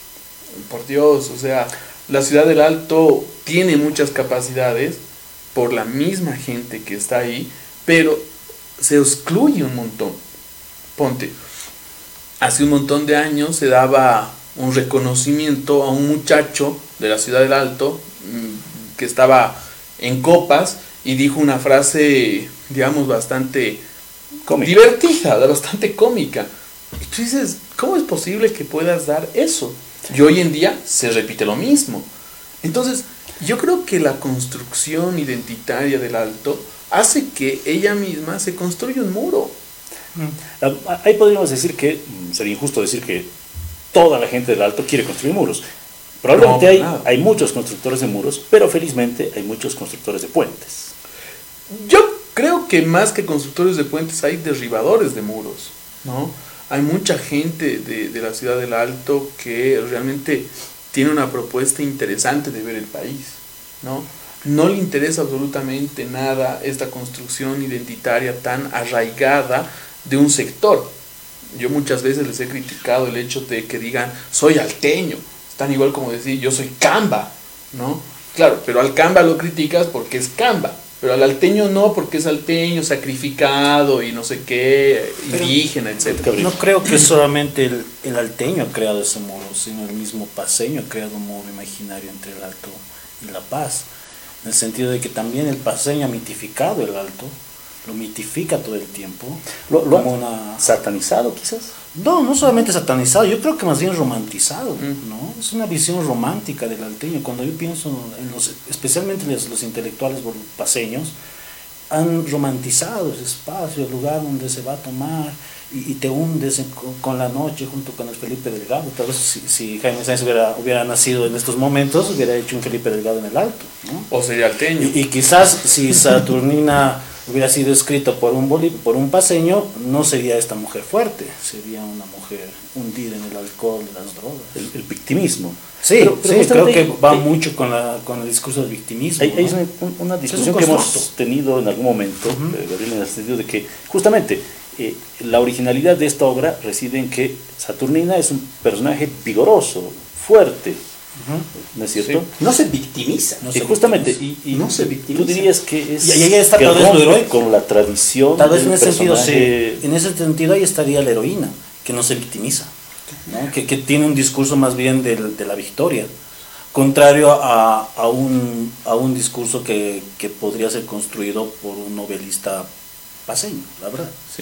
Por Dios, o sea, la ciudad del Alto tiene muchas capacidades por la misma gente que está ahí, pero se excluye un montón. Ponte, hace un montón de años se daba un reconocimiento a un muchacho de la ciudad del Alto que estaba en copas y dijo una frase, digamos, bastante cómica, divertida, bastante cómica. Y tú dices, ¿cómo es posible que puedas dar eso? Y hoy en día se repite lo mismo. Entonces, yo creo que la construcción identitaria del Alto hace que ella misma se construya un muro. Ahí podríamos decir que, sería injusto decir que toda la gente del Alto quiere construir muros. Probablemente hay muchos constructores de muros, pero felizmente hay muchos constructores de puentes. Yo creo que más que constructores de puentes hay derribadores de muros, ¿no? Hay mucha gente de la ciudad del Alto que realmente tiene una propuesta interesante de ver el país, ¿no? No le interesa absolutamente nada esta construcción identitaria tan arraigada de un sector. Yo muchas veces les he criticado el hecho de que digan, soy alteño, tan igual como decir, yo soy camba, ¿no? Claro, pero al camba lo criticas porque es camba, pero al alteño no, porque es alteño, sacrificado y no sé qué, indígena, etc. No creo que solamente el alteño ha creado ese muro, sino el mismo paceño ha creado un muro imaginario entre el Alto y La Paz. En el sentido de que también el paceño ha mitificado el Alto, lo mitifica todo el tiempo. ¿Lo ha satanizado quizás? No solamente satanizado, yo creo que más bien romantizado, ¿no? Es una visión romántica del alteño. Cuando yo pienso en especialmente los intelectuales paceños, han romantizado ese espacio, el lugar donde se va a tomar, y te hundes con la noche junto con el Felipe Delgado. Tal vez si Jaime Sáenz hubiera nacido en estos momentos, hubiera hecho un Felipe Delgado en el Alto, ¿no? O sería alteño. Y quizás si Saturnina hubiera sido escrito por un paseño, no sería esta mujer fuerte, sería una mujer hundida en el alcohol, en las drogas. El victimismo. Sí, pero creo que va mucho con el discurso del victimismo. Hay ¿no? una discusión que hemos tenido en algún momento, Gabriel, en el sentido de que justamente la originalidad de esta obra reside en que Saturnina es un personaje vigoroso, fuerte, ¿no es cierto? Sí. No se victimiza. Y justamente, no se victimiza. Tú dirías que es y ahí está que tal vez lo rompe heroico. con la tradición Tal vez del en ese sentido, personaje. en ese sentido ahí estaría la heroína, que no se victimiza, ¿no? Que tiene un discurso más bien de la victoria, contrario a un discurso que podría ser construido por un novelista paseño, la verdad. Sí.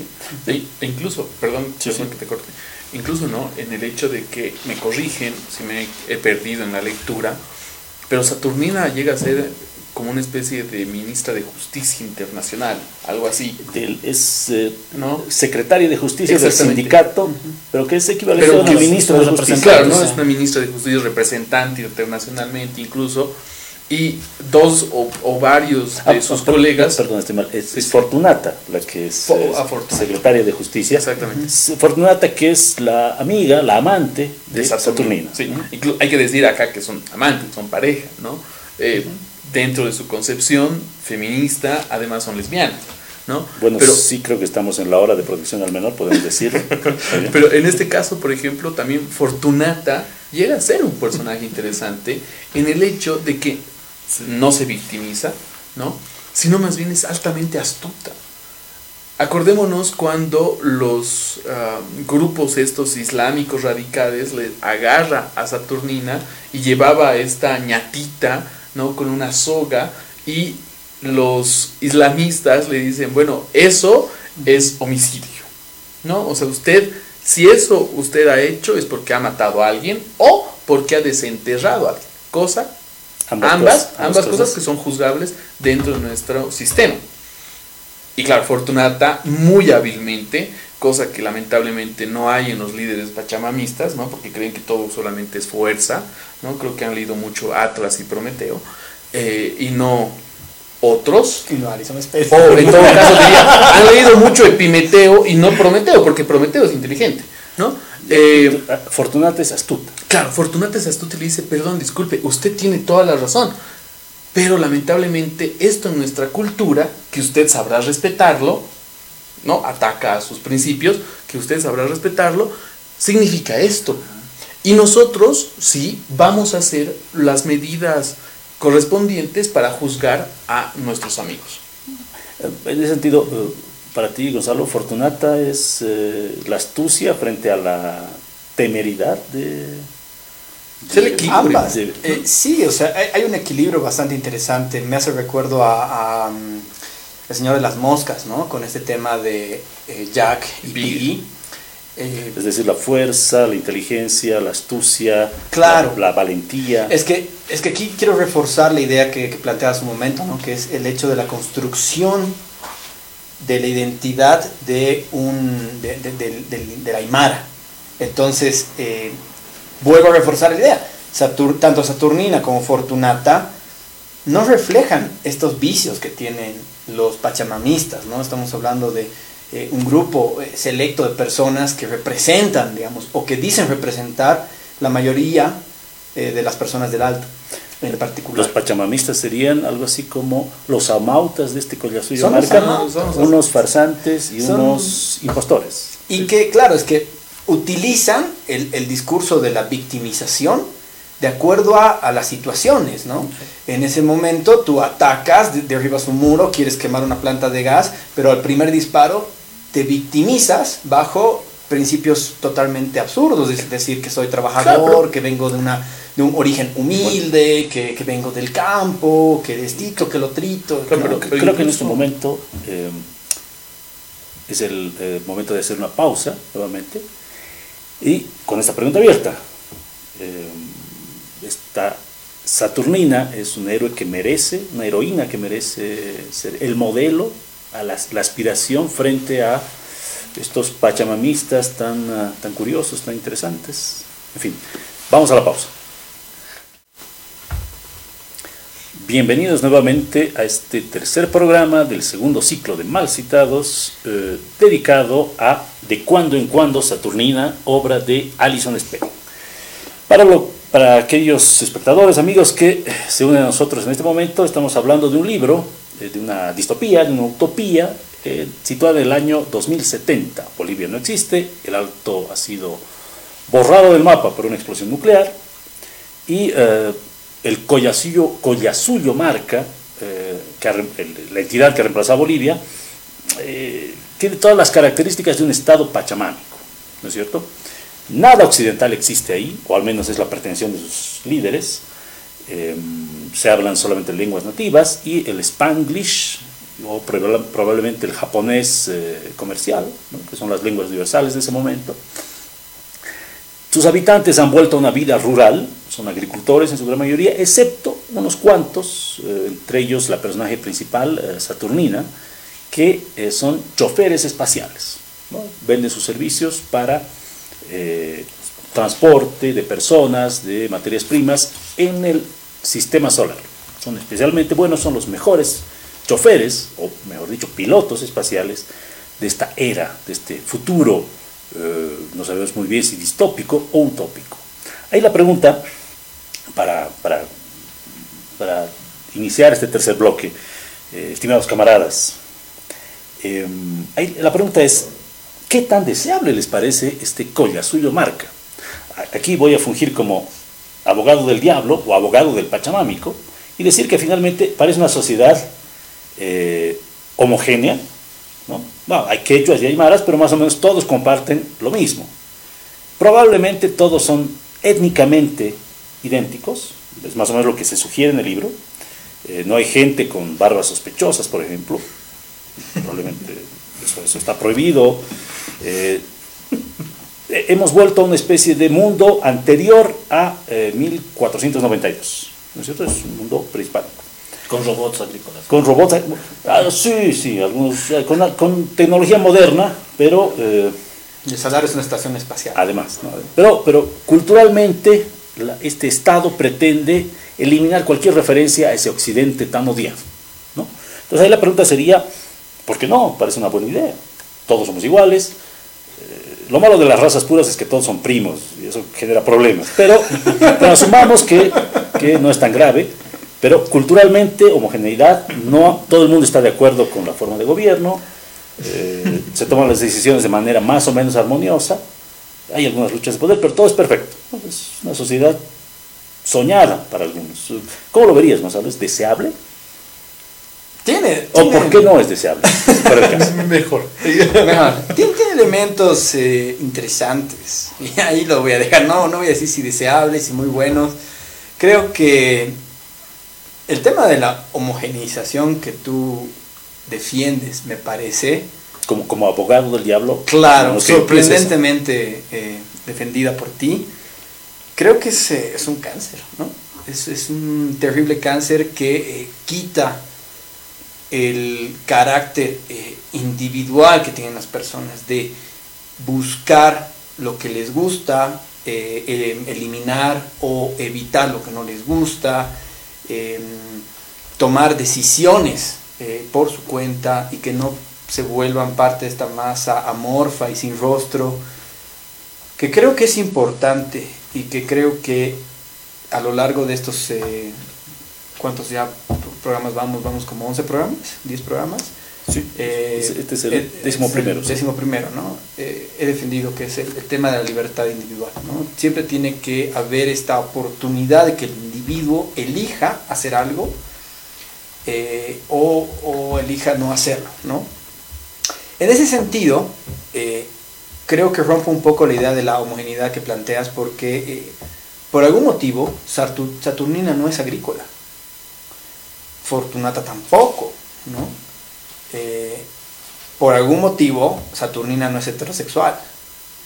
E incluso, perdón que te corte, incluso no, en el hecho de que me corrigen si me he perdido en la lectura, pero Saturnina llega a ser como una especie de ministra de Justicia Internacional, algo así. Es ¿No? secretaria de Justicia del Exactamente. sindicato, pero que es equivalente Pero a una ministra de Justicia. Claro, ¿no? Es una ministra de Justicia representante internacionalmente incluso, y dos o varios de sus colegas. Perdón, estoy mal. Es Fortunata la que es Fortunata. secretaria de Justicia. Exactamente. Fortunata, que es la amiga, la amante de Saturnina. Sí. Hay que decir acá que son amantes, son pareja, ¿no? Dentro de su concepción feminista, además son lesbianas, ¿no? Bueno, pero sí creo que estamos en la hora de protección al menor, podemos decirlo. Pero en este caso, por ejemplo, también Fortunata llega a ser un personaje interesante en el hecho de que no se victimiza, ¿no? Sino más bien es altamente astuta. Acordémonos cuando los grupos estos islámicos radicales le agarra a Saturnina y llevaba a esta ñatita, ¿no? Con una soga, y los islamistas le dicen, bueno, eso es homicidio, ¿no? O sea, si eso usted ha hecho es porque ha matado a alguien o porque ha desenterrado a alguien, ambas cosas que son juzgables dentro de nuestro sistema. Y claro, Fortunata muy hábilmente, cosa que lamentablemente no hay en los líderes pachamamistas, ¿no? Porque creen que todo solamente es fuerza, ¿no? Creo que han leído mucho Atlas y Prometeo, y no otros. Y no Alison Space. O en todo caso diría, han leído mucho Epimeteo y no Prometeo, porque Prometeo es inteligente, ¿no? Fortunata es astuta. Claro, Fortunata es astuta y le dice, perdón, disculpe, usted tiene toda la razón, pero lamentablemente esto en nuestra cultura, que usted sabrá respetarlo, ¿no? Ataca a sus principios, que usted sabrá respetarlo, significa esto. Y nosotros sí vamos a hacer las medidas correspondientes para juzgar a nuestros amigos. En ese sentido, para ti, Gonzalo, Fortunata es la astucia frente a la temeridad ambas. Sí, o sea, hay un equilibrio bastante interesante. Me hace recuerdo a El Señor de las Moscas, ¿no? Con este tema de Jack y Piggy. Es decir, la fuerza, la inteligencia, la astucia, claro, la valentía. Es que aquí quiero reforzar la idea que planteaba hace un momento, ¿no? Que es el hecho de la construcción de la identidad de la Aymara. Entonces, vuelvo a reforzar la idea. Tanto Saturnina como Fortunata no reflejan estos vicios que tienen los pachamamistas, ¿no? Estamos hablando de un grupo selecto de personas que representan, digamos, o que dicen representar la mayoría de las personas del Alto, en particular. Los pachamamistas serían algo así como los amautas de este Collasuyo Son Marca, los unos farsantes y unos impostores. Y que, claro, es que utilizan el discurso de la victimización de acuerdo a las situaciones, ¿no? En ese momento tú atacas, derribas un muro, quieres quemar una planta de gas, pero al primer disparo te victimizas bajo principios totalmente absurdos, es decir, que soy trabajador, claro, que vengo de un origen humilde, que vengo del campo, que esto, que lo trito. Claro, ¿no? Pero creo que en este momento es el momento de hacer una pausa nuevamente y con esta pregunta abierta. Saturnina es un héroe que merece, una heroína que merece ser el modelo, a la aspiración frente a estos pachamamistas tan curiosos, tan interesantes. En fin, vamos a la pausa. Bienvenidos nuevamente a este tercer programa del segundo ciclo de Mal Citados, dedicado a De cuando en cuando Saturnina, obra de Alison Spedding. Para aquellos espectadores, amigos que se unen a nosotros en este momento, estamos hablando de un libro, de una distopía, de una utopía, situada en el año 2070. Bolivia no existe, el Alto ha sido borrado del mapa por una explosión nuclear, y el Collasuyo Marca, la entidad que reemplaza a Bolivia, tiene todas las características de un estado pachamámico, ¿no es cierto? Nada occidental existe ahí, o al menos es la pretensión de sus líderes. Se hablan solamente lenguas nativas y el Spanglish, o probablemente el japonés comercial, ¿no?, que son las lenguas universales de ese momento. Sus habitantes han vuelto a una vida rural, son agricultores en su gran mayoría, excepto unos cuantos, entre ellos la personaje principal, Saturnina, que son choferes espaciales, ¿no? Venden sus servicios para transporte de personas, de materias primas en el sistema solar. Son especialmente buenos, son los mejores choferes, o mejor dicho, pilotos espaciales de esta era, de este futuro, no sabemos muy bien si distópico o utópico. Ahí la pregunta, para iniciar este tercer bloque, estimados camaradas, la pregunta es: ¿qué tan deseable les parece este Collasuyo Marca? Aquí voy a fungir como abogado del diablo o abogado del pachamámico y decir que finalmente parece una sociedad homogénea, ¿no? Bueno, hay quechuas y aymaras, pero más o menos todos comparten lo mismo. Probablemente todos son étnicamente idénticos, es más o menos lo que se sugiere en el libro. No hay gente con barbas sospechosas, por ejemplo. Probablemente eso está prohibido. Hemos vuelto a una especie de mundo anterior a 1492, ¿no es cierto? Es un mundo prehispánico. Con robots agrícolas. Con robots, sí, algunos, con tecnología moderna, pero... El Salar es una estación espacial. Además, ¿no? Pero culturalmente este Estado pretende eliminar cualquier referencia a ese occidente tan odiado, ¿no? Entonces ahí la pregunta sería, ¿por qué no? Parece una buena idea. Todos somos iguales. Lo malo de las razas puras es que todos son primos y eso genera problemas. Pero asumamos que no es tan grave. Pero culturalmente, homogeneidad, no todo el mundo está de acuerdo con la forma de gobierno, se toman las decisiones de manera más o menos armoniosa, hay algunas luchas de poder, pero todo es perfecto. Es una sociedad soñada para algunos. ¿Cómo lo verías, González? ¿Deseable? ¿O por qué no es deseable? Para el caso. Mejor. Tiene elementos interesantes, y ahí lo voy a dejar. No voy a decir si deseables, si muy buenos. Creo que el tema de la homogeneización que tú defiendes, me parece... Como abogado del diablo. Claro, sorprendentemente defendida por ti. Creo que es un cáncer, ¿no? Es un terrible cáncer que quita el carácter individual que tienen las personas de buscar lo que les gusta, eliminar o evitar lo que no les gusta, tomar decisiones por su cuenta y que no se vuelvan parte de esta masa amorfa y sin rostro, que creo que es importante y que creo que a lo largo de estos, ¿cuántos ya programas vamos? Vamos como 11 programas, 10 programas. Sí, este es el 11º. El 11º, ¿no? He defendido que es el tema de la libertad individual, ¿no? Siempre tiene que haber esta oportunidad de que el individuo elija hacer algo o elija no hacerlo, ¿no? En ese sentido, creo que rompo un poco la idea de la homogeneidad que planteas porque por algún motivo Saturnina no es agrícola, Fortunata tampoco, ¿no? Por algún motivo Saturnina no es heterosexual,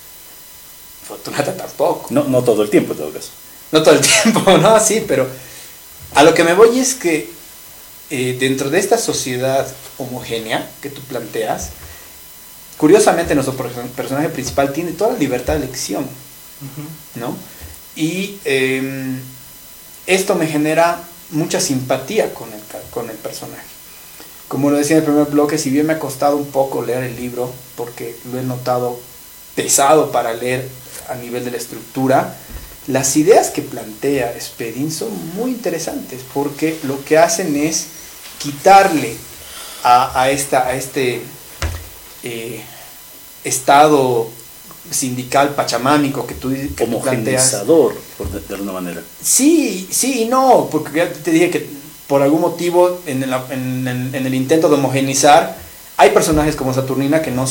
Fortunata tampoco. No todo el tiempo, en todo caso. No todo el tiempo, ¿no? Sí, pero A lo que me voy es que dentro de esta sociedad homogénea que tú planteas, curiosamente nuestro personaje principal tiene toda la libertad de elección, ¿no? Y esto me genera mucha simpatía con el personaje. Como lo decía en el primer bloque, si bien me ha costado un poco leer el libro, porque lo he notado pesado para leer a nivel de la estructura, las ideas que plantea Spedding son muy interesantes, porque lo que hacen es quitarle a este estado sindical pachamámico que tú planteas. Homogeneizador, de alguna manera. Sí y no, porque ya te dije que por algún motivo en el intento de homogeneizar hay personajes como Saturnina que no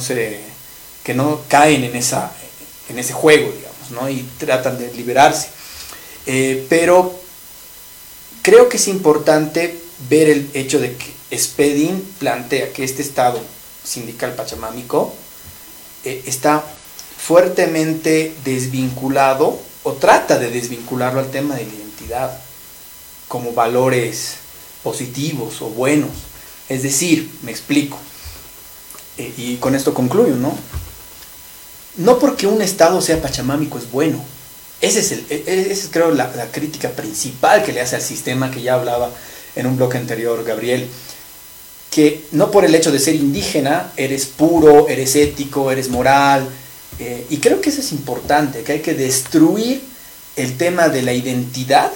caen en ese juego, digamos, ¿no? Y tratan de liberarse. Pero creo que es importante ver el hecho de que Spedding plantea que este estado sindical pachamámico está fuertemente desvinculado, o trata de desvincularlo al tema de la identidad como valores positivos o buenos. Es decir, me explico, y con esto concluyo, ¿no? No porque un estado sea pachamámico es bueno. Esa es creo la crítica principal que le hace al sistema, que ya hablaba en un bloque anterior Gabriel, que no por el hecho de ser indígena eres puro, eres ético, eres moral, y creo que eso es importante, que hay que destruir el tema de la identidad,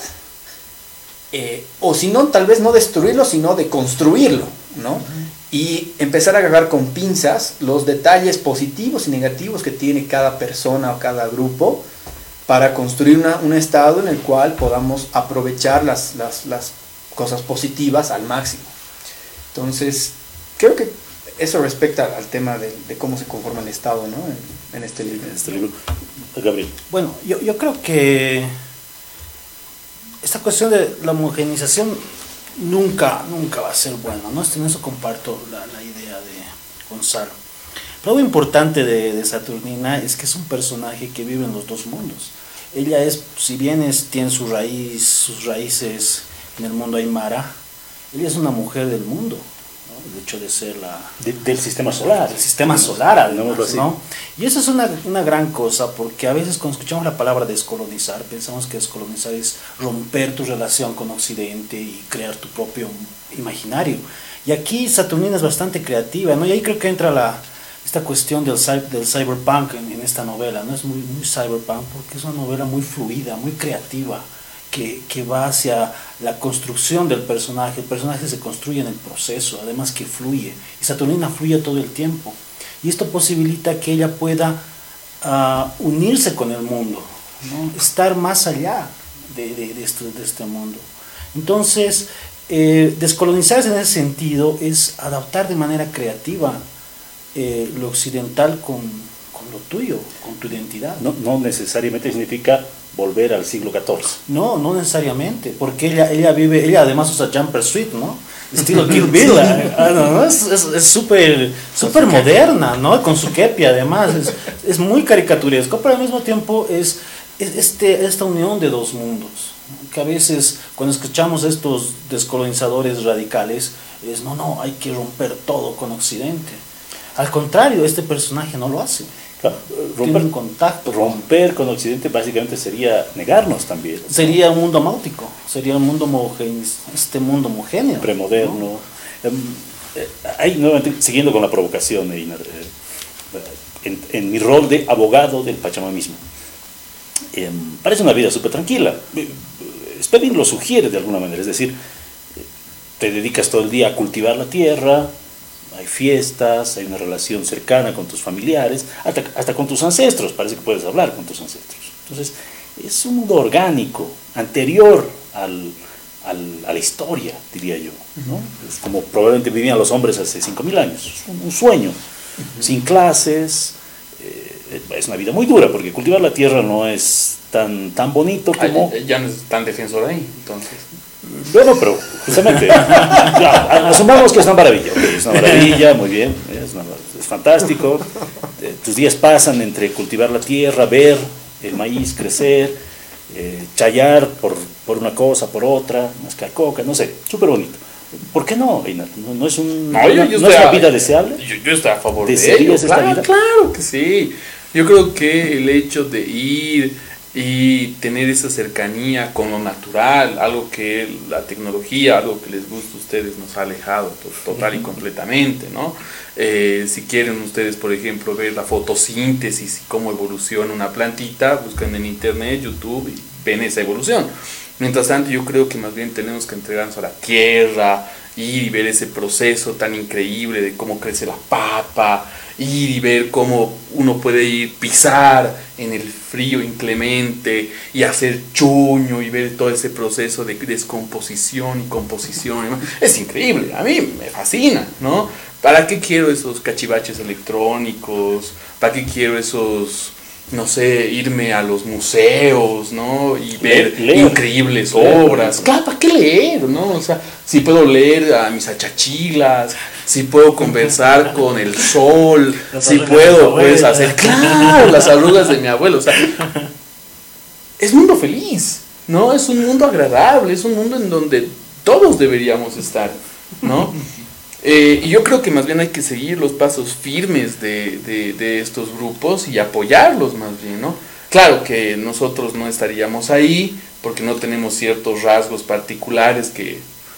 o si no, tal vez no destruirlo, sino de construirlo, ¿no? Y empezar a agarrar con pinzas los detalles positivos y negativos que tiene cada persona o cada grupo para construir un estado en el cual podamos aprovechar las cosas positivas al máximo. Entonces, creo que eso respecta al tema de cómo se conforma el estado, ¿no? En este libro. Gabriel. Bueno, yo creo que esta cuestión de la homogeneización nunca va a ser buena, ¿no? En eso comparto la idea de Gonzalo. Pero lo importante de Saturnina es que es un personaje que vive en los dos mundos. Ella es, si bien tiene sus raíces en el mundo aymara, ella es una mujer del mundo, ¿no? El hecho de ser del sistema solar. Del sistema solar, además, así, ¿no? Y eso es una gran cosa, porque a veces cuando escuchamos la palabra descolonizar, pensamos que descolonizar es romper tu relación con Occidente y crear tu propio imaginario. Y aquí Saturnina es bastante creativa, ¿no? Y ahí creo que entra esta cuestión del cyberpunk en esta novela, ¿no? Es muy cyberpunk porque es una novela muy fluida, muy creativa, que va hacia la construcción del personaje. El personaje se construye en el proceso, además que fluye, y Saturnina fluye todo el tiempo, y esto posibilita que ella pueda unirse con el mundo, ¿no? Estar más allá de este mundo. Entonces, descolonizarse en ese sentido es adaptar de manera creativa lo occidental con lo tuyo, con tu identidad. No necesariamente significa volver al siglo XIV. No necesariamente, porque ella además usa jumper suit, ¿no? Estilo Kill Bill, es súper moderna, ¿no? Con su kepi además, es muy caricaturesco, pero al mismo tiempo es esta unión de dos mundos, ¿no? Que a veces cuando escuchamos estos descolonizadores radicales, no, hay que romper todo con Occidente. Al contrario, este personaje no lo hace. Claro, romper con Occidente básicamente sería negarnos también. Sería un mundo amáutico, sería un mundo homogéneo. Premoderno. ¿No? Ahí nuevamente, siguiendo con la provocación, en mi rol de abogado del pachamamismo, parece una vida súper tranquila. Spedding lo sugiere de alguna manera, es decir, te dedicas todo el día a cultivar la tierra, hay fiestas, hay una relación cercana con tus familiares, hasta con tus ancestros, parece que puedes hablar con tus ancestros. Entonces, es un mundo orgánico, anterior a la historia, diría yo, ¿no? Es como probablemente vivían los hombres hace 5.000 años, un sueño, sin clases. Es una vida muy dura, porque cultivar la tierra no es tan bonito como... Ya no es tan defensor ahí, entonces... Bueno, pero justamente, asumamos que es una maravilla, okay, es una maravilla, muy bien, es fantástico. Tus días pasan entre cultivar la tierra, ver el maíz crecer, chayar por por una cosa, por otra, mascar coca, no sé, súper bonito. ¿Por qué no, Einar? ¿No es, no es la vida deseable? Yo estoy a favor de ello. ¿Desearías esta vida? Claro que sí. Yo creo que el hecho de ir y tener esa cercanía con lo natural, algo que la tecnología, algo que les gusta a ustedes, nos ha alejado total y completamente, ¿no? Si quieren ustedes, por ejemplo, ver la fotosíntesis y cómo evoluciona una plantita, buscan en internet, YouTube y ven esa evolución. Mientras tanto, yo creo que más bien tenemos que entregarnos a la tierra, ir y ver ese proceso tan increíble de cómo crece la papa, ir y ver cómo uno puede ir pisar en el frío inclemente y hacer chuño y ver todo ese proceso de descomposición y composición. Es increíble, a mí me fascina, ¿no? ¿Para qué quiero esos cachivaches electrónicos? ¿Para qué quiero esos, no sé, irme a los museos, ¿no? Y ver increíbles obras. Claro, ¿para qué leer, no? O sea, si puedo leer a mis achachilas, si puedo conversar con el sol, si puedo, pues, hacer, claro, las arrugas de mi abuelo. O sea, es mundo feliz, ¿no? Es un mundo agradable, es un mundo en donde todos deberíamos estar, ¿no? Y yo creo que más bien hay que seguir los pasos firmes de estos grupos y apoyarlos más bien, ¿no? Claro que nosotros no estaríamos ahí porque no tenemos ciertos rasgos particulares que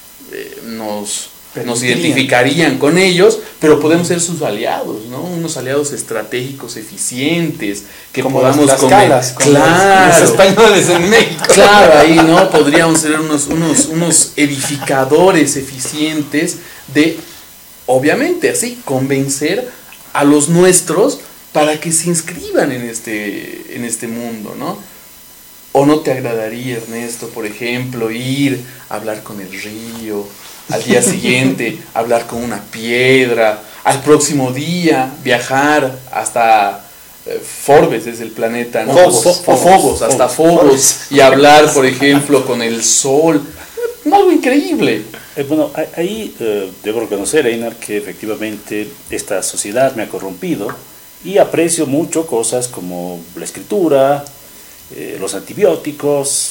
nos identificarían con ellos, pero podemos ser sus aliados, ¿no? Unos aliados estratégicos eficientes que como podamos los españoles en México. Claro, ahí, ¿no? Podríamos ser unos edificadores eficientes de, obviamente, así, convencer a los nuestros para que se inscriban en este mundo, ¿no? ¿O no te agradaría, Ernesto, por ejemplo, ir a hablar con el río, al día siguiente hablar con una piedra, al próximo día viajar hasta Forbes, es el planeta, ¿no? Phobos, hasta Phobos, y hablar, por ejemplo, con el sol? Algo increíble. Bueno, ahí debo reconocer, Einar, que efectivamente esta sociedad me ha corrompido y aprecio mucho cosas como la escritura, los antibióticos,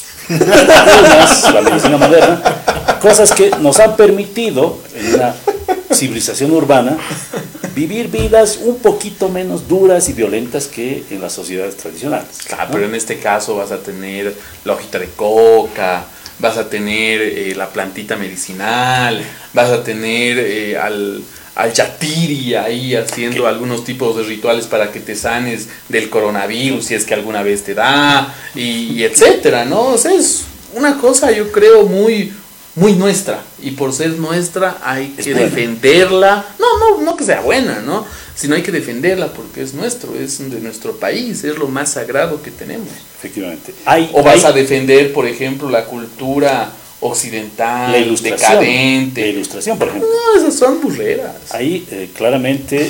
la medicina moderna, cosas que nos han permitido en una civilización urbana vivir vidas un poquito menos duras y violentas que en las sociedades tradicionales. Claro, ¿no? Pero en este caso vas a tener la hojita de coca, vas a tener la plantita medicinal, vas a tener al yatiri ahí haciendo algunos tipos de rituales para que te sanes del coronavirus si es que alguna vez te da, y etcétera, ¿no? O sea, es una cosa, yo creo, muy nuestra, y por ser nuestra hay que defenderla. No que sea buena, ¿no? Sino hay que defenderla porque es nuestro, es de nuestro país, es lo más sagrado que tenemos. Efectivamente. Vas a defender, por ejemplo, la cultura occidental, la ilustración, decadente. La ilustración, por ejemplo. No, esas son burreras. Ahí, claramente,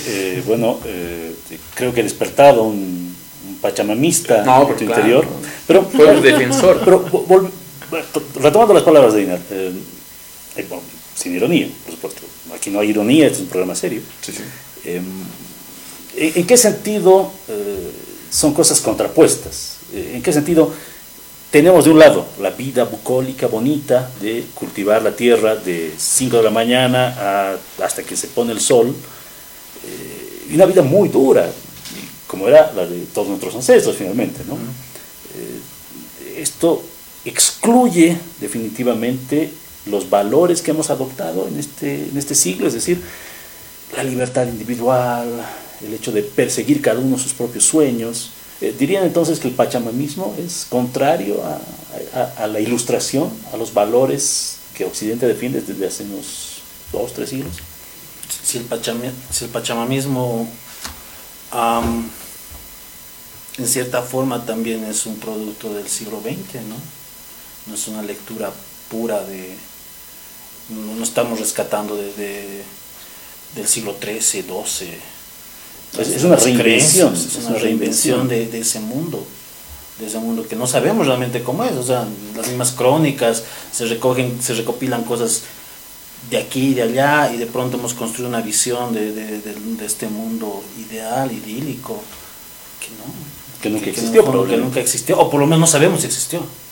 creo que he despertado un pachamamista en tu interior. Pero fue un defensor. Pero, retomando las palabras de Einar, sin ironía, por supuesto. Aquí no hay ironía, este es un programa serio. Sí. ¿En qué sentido son cosas contrapuestas? ¿En qué sentido tenemos de un lado la vida bucólica, bonita, de cultivar la tierra de 5 de la mañana hasta que se pone el sol, y una vida muy dura, como era la de todos nuestros ancestros finalmente, ¿no? Esto excluye definitivamente los valores que hemos adoptado en este siglo, es decir, la libertad individual, el hecho de perseguir cada uno sus propios sueños. ¿Dirían entonces que el pachamamismo es contrario a la ilustración, a los valores que Occidente defiende desde hace unos 2, 3 siglos? Si el pachamamismo en cierta forma también es un producto del siglo XX, ¿no? No es una lectura pura no estamos rescatando del siglo XIII, XII. Es una reinvención. Es una reinvención de ese mundo que no sabemos realmente cómo es. O sea, las mismas crónicas se recopilan cosas de aquí y de allá, y de pronto hemos construido una visión de este mundo ideal, idílico, que nunca existió, que nunca existió, o por lo menos no sabemos si existió.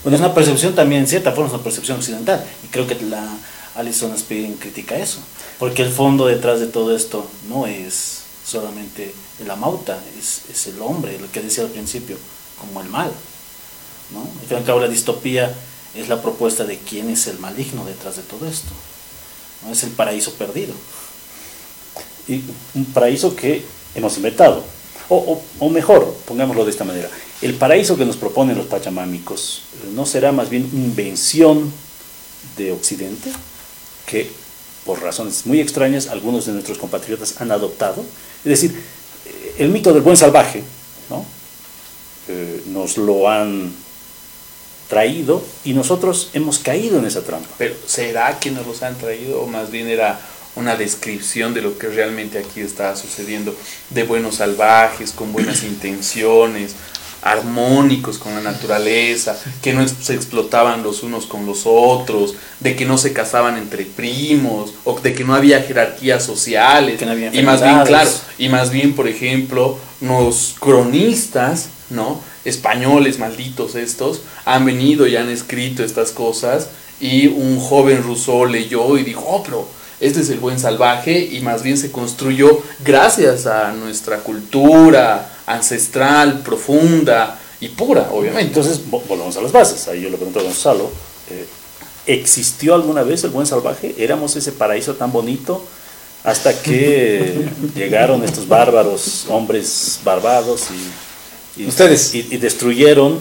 Bueno, es una percepción también, en cierta forma, es una percepción occidental. Y creo que la Alison Spin critica eso. Porque el fondo detrás de todo esto no es solamente la mauta, es el hombre, lo que decía al principio, como el mal, ¿no? Al fin y al cabo, la distopía es la propuesta de quién es el maligno detrás de todo esto, ¿no? Es el paraíso perdido. Y un paraíso que hemos inventado. O mejor, pongámoslo de esta manera, el paraíso que nos proponen los pachamámicos no será más bien invención de Occidente, que por razones muy extrañas algunos de nuestros compatriotas han adoptado. Es decir, el mito del buen salvaje, ¿no? Nos lo han traído y nosotros hemos caído en esa trampa. Pero ¿será que nos los han traído o más bien era una descripción de lo que realmente aquí está sucediendo, de buenos salvajes, con buenas intenciones, armónicos con la naturaleza, que no se explotaban los unos con los otros, de que no se casaban entre primos, o de que no había jerarquías sociales, que no había y más bien, enfermedades? claro, y más bien, por ejemplo, los cronistas, ¿no?, españoles malditos estos, han venido y han escrito estas cosas, y un joven Rousseau leyó y dijo, oh, pero este es el buen salvaje, y más bien se construyó gracias a nuestra cultura ancestral, profunda y pura, obviamente. Entonces, volvemos a las bases. Ahí yo le pregunto a Gonzalo, ¿existió alguna vez el buen salvaje? ¿Éramos ese paraíso tan bonito hasta que llegaron estos bárbaros, hombres barbados y ustedes y destruyeron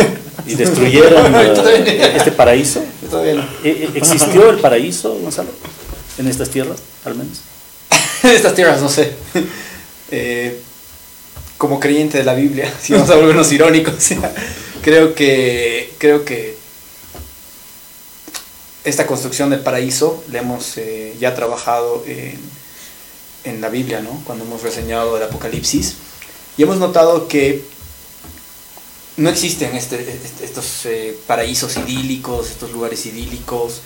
este paraíso? Todavía no. ¿Existió el paraíso, Gonzalo, en estas tierras, al menos? En estas tierras, no sé. Como creyente de la Biblia, si vamos a volvernos irónicos, creo que esta construcción del paraíso la hemos ya trabajado en la Biblia, ¿no? Cuando hemos reseñado el Apocalipsis, y hemos notado que no existen estos paraísos idílicos, estos lugares idílicos.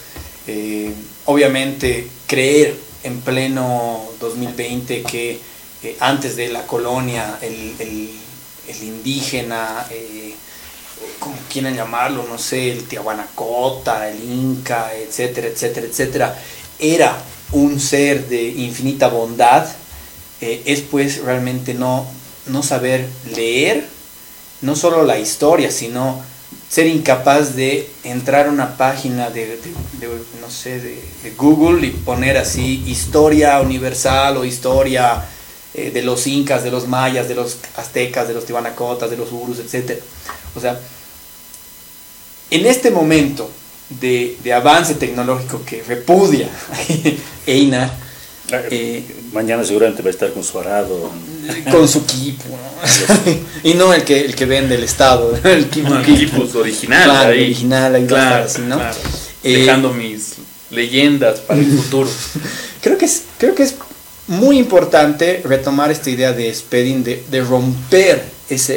Obviamente creer en pleno 2020 que antes de la colonia el indígena, como quieran llamarlo, no sé, el Tiahuanacota, el Inca, etcétera, etcétera, etcétera, era un ser de infinita bondad, es pues realmente no saber leer, no solo la historia, sino ser incapaz de entrar a una página de Google y poner así historia universal o historia de los incas, de los mayas, de los aztecas, de los tiwanacotas, de los urus, etc. O sea, en este momento de avance tecnológico que repudia Einar, mañana seguramente va a estar con su arado, con su equipo, ¿no? Y no el que vende el Estado, el equipo original, claro, ahí. Original, ahí Claro, así, ¿no? Claro. Dejando mis leyendas para el futuro. Creo que es muy importante retomar esta idea de Spedding de romper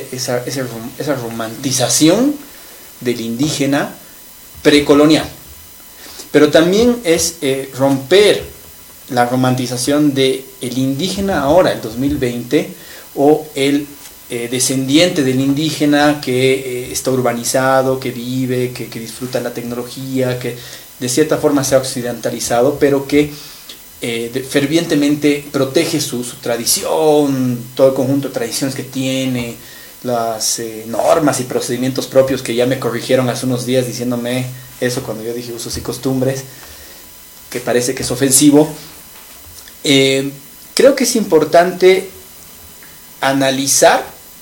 esa romantización del indígena precolonial, pero también es romper la romantización de el indígena ahora, el 2020, o el descendiente del indígena que está urbanizado, que vive, que disfruta la tecnología, que de cierta forma se ha occidentalizado, pero que fervientemente protege su tradición, todo el conjunto de tradiciones que tiene, las normas y procedimientos propios, que ya me corrigieron hace unos días diciéndome eso cuando yo dije usos y costumbres, que parece que es ofensivo. Creo que es importante analizar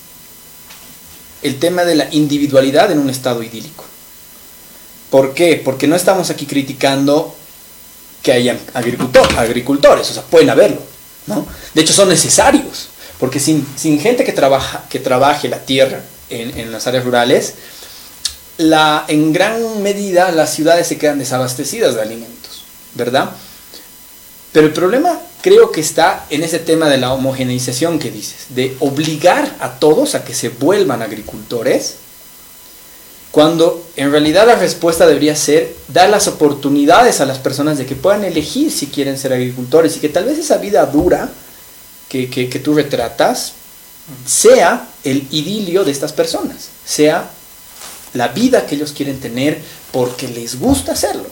el tema de la individualidad en un estado idílico. ¿Por qué? Porque no estamos aquí criticando que hayan agricultores, o sea, pueden haberlo, ¿no? De hecho son necesarios, porque sin gente que trabaje la tierra en las áreas rurales, en gran medida las ciudades se quedan desabastecidas de alimentos, ¿verdad? Pero el problema creo que está en ese tema de la homogeneización que dices, de obligar a todos a que se vuelvan agricultores, cuando en realidad la respuesta debería ser dar las oportunidades a las personas de que puedan elegir si quieren ser agricultores, y que tal vez esa vida dura que tú retratas sea el idilio de estas personas, sea la vida que ellos quieren tener porque les gusta hacerlo.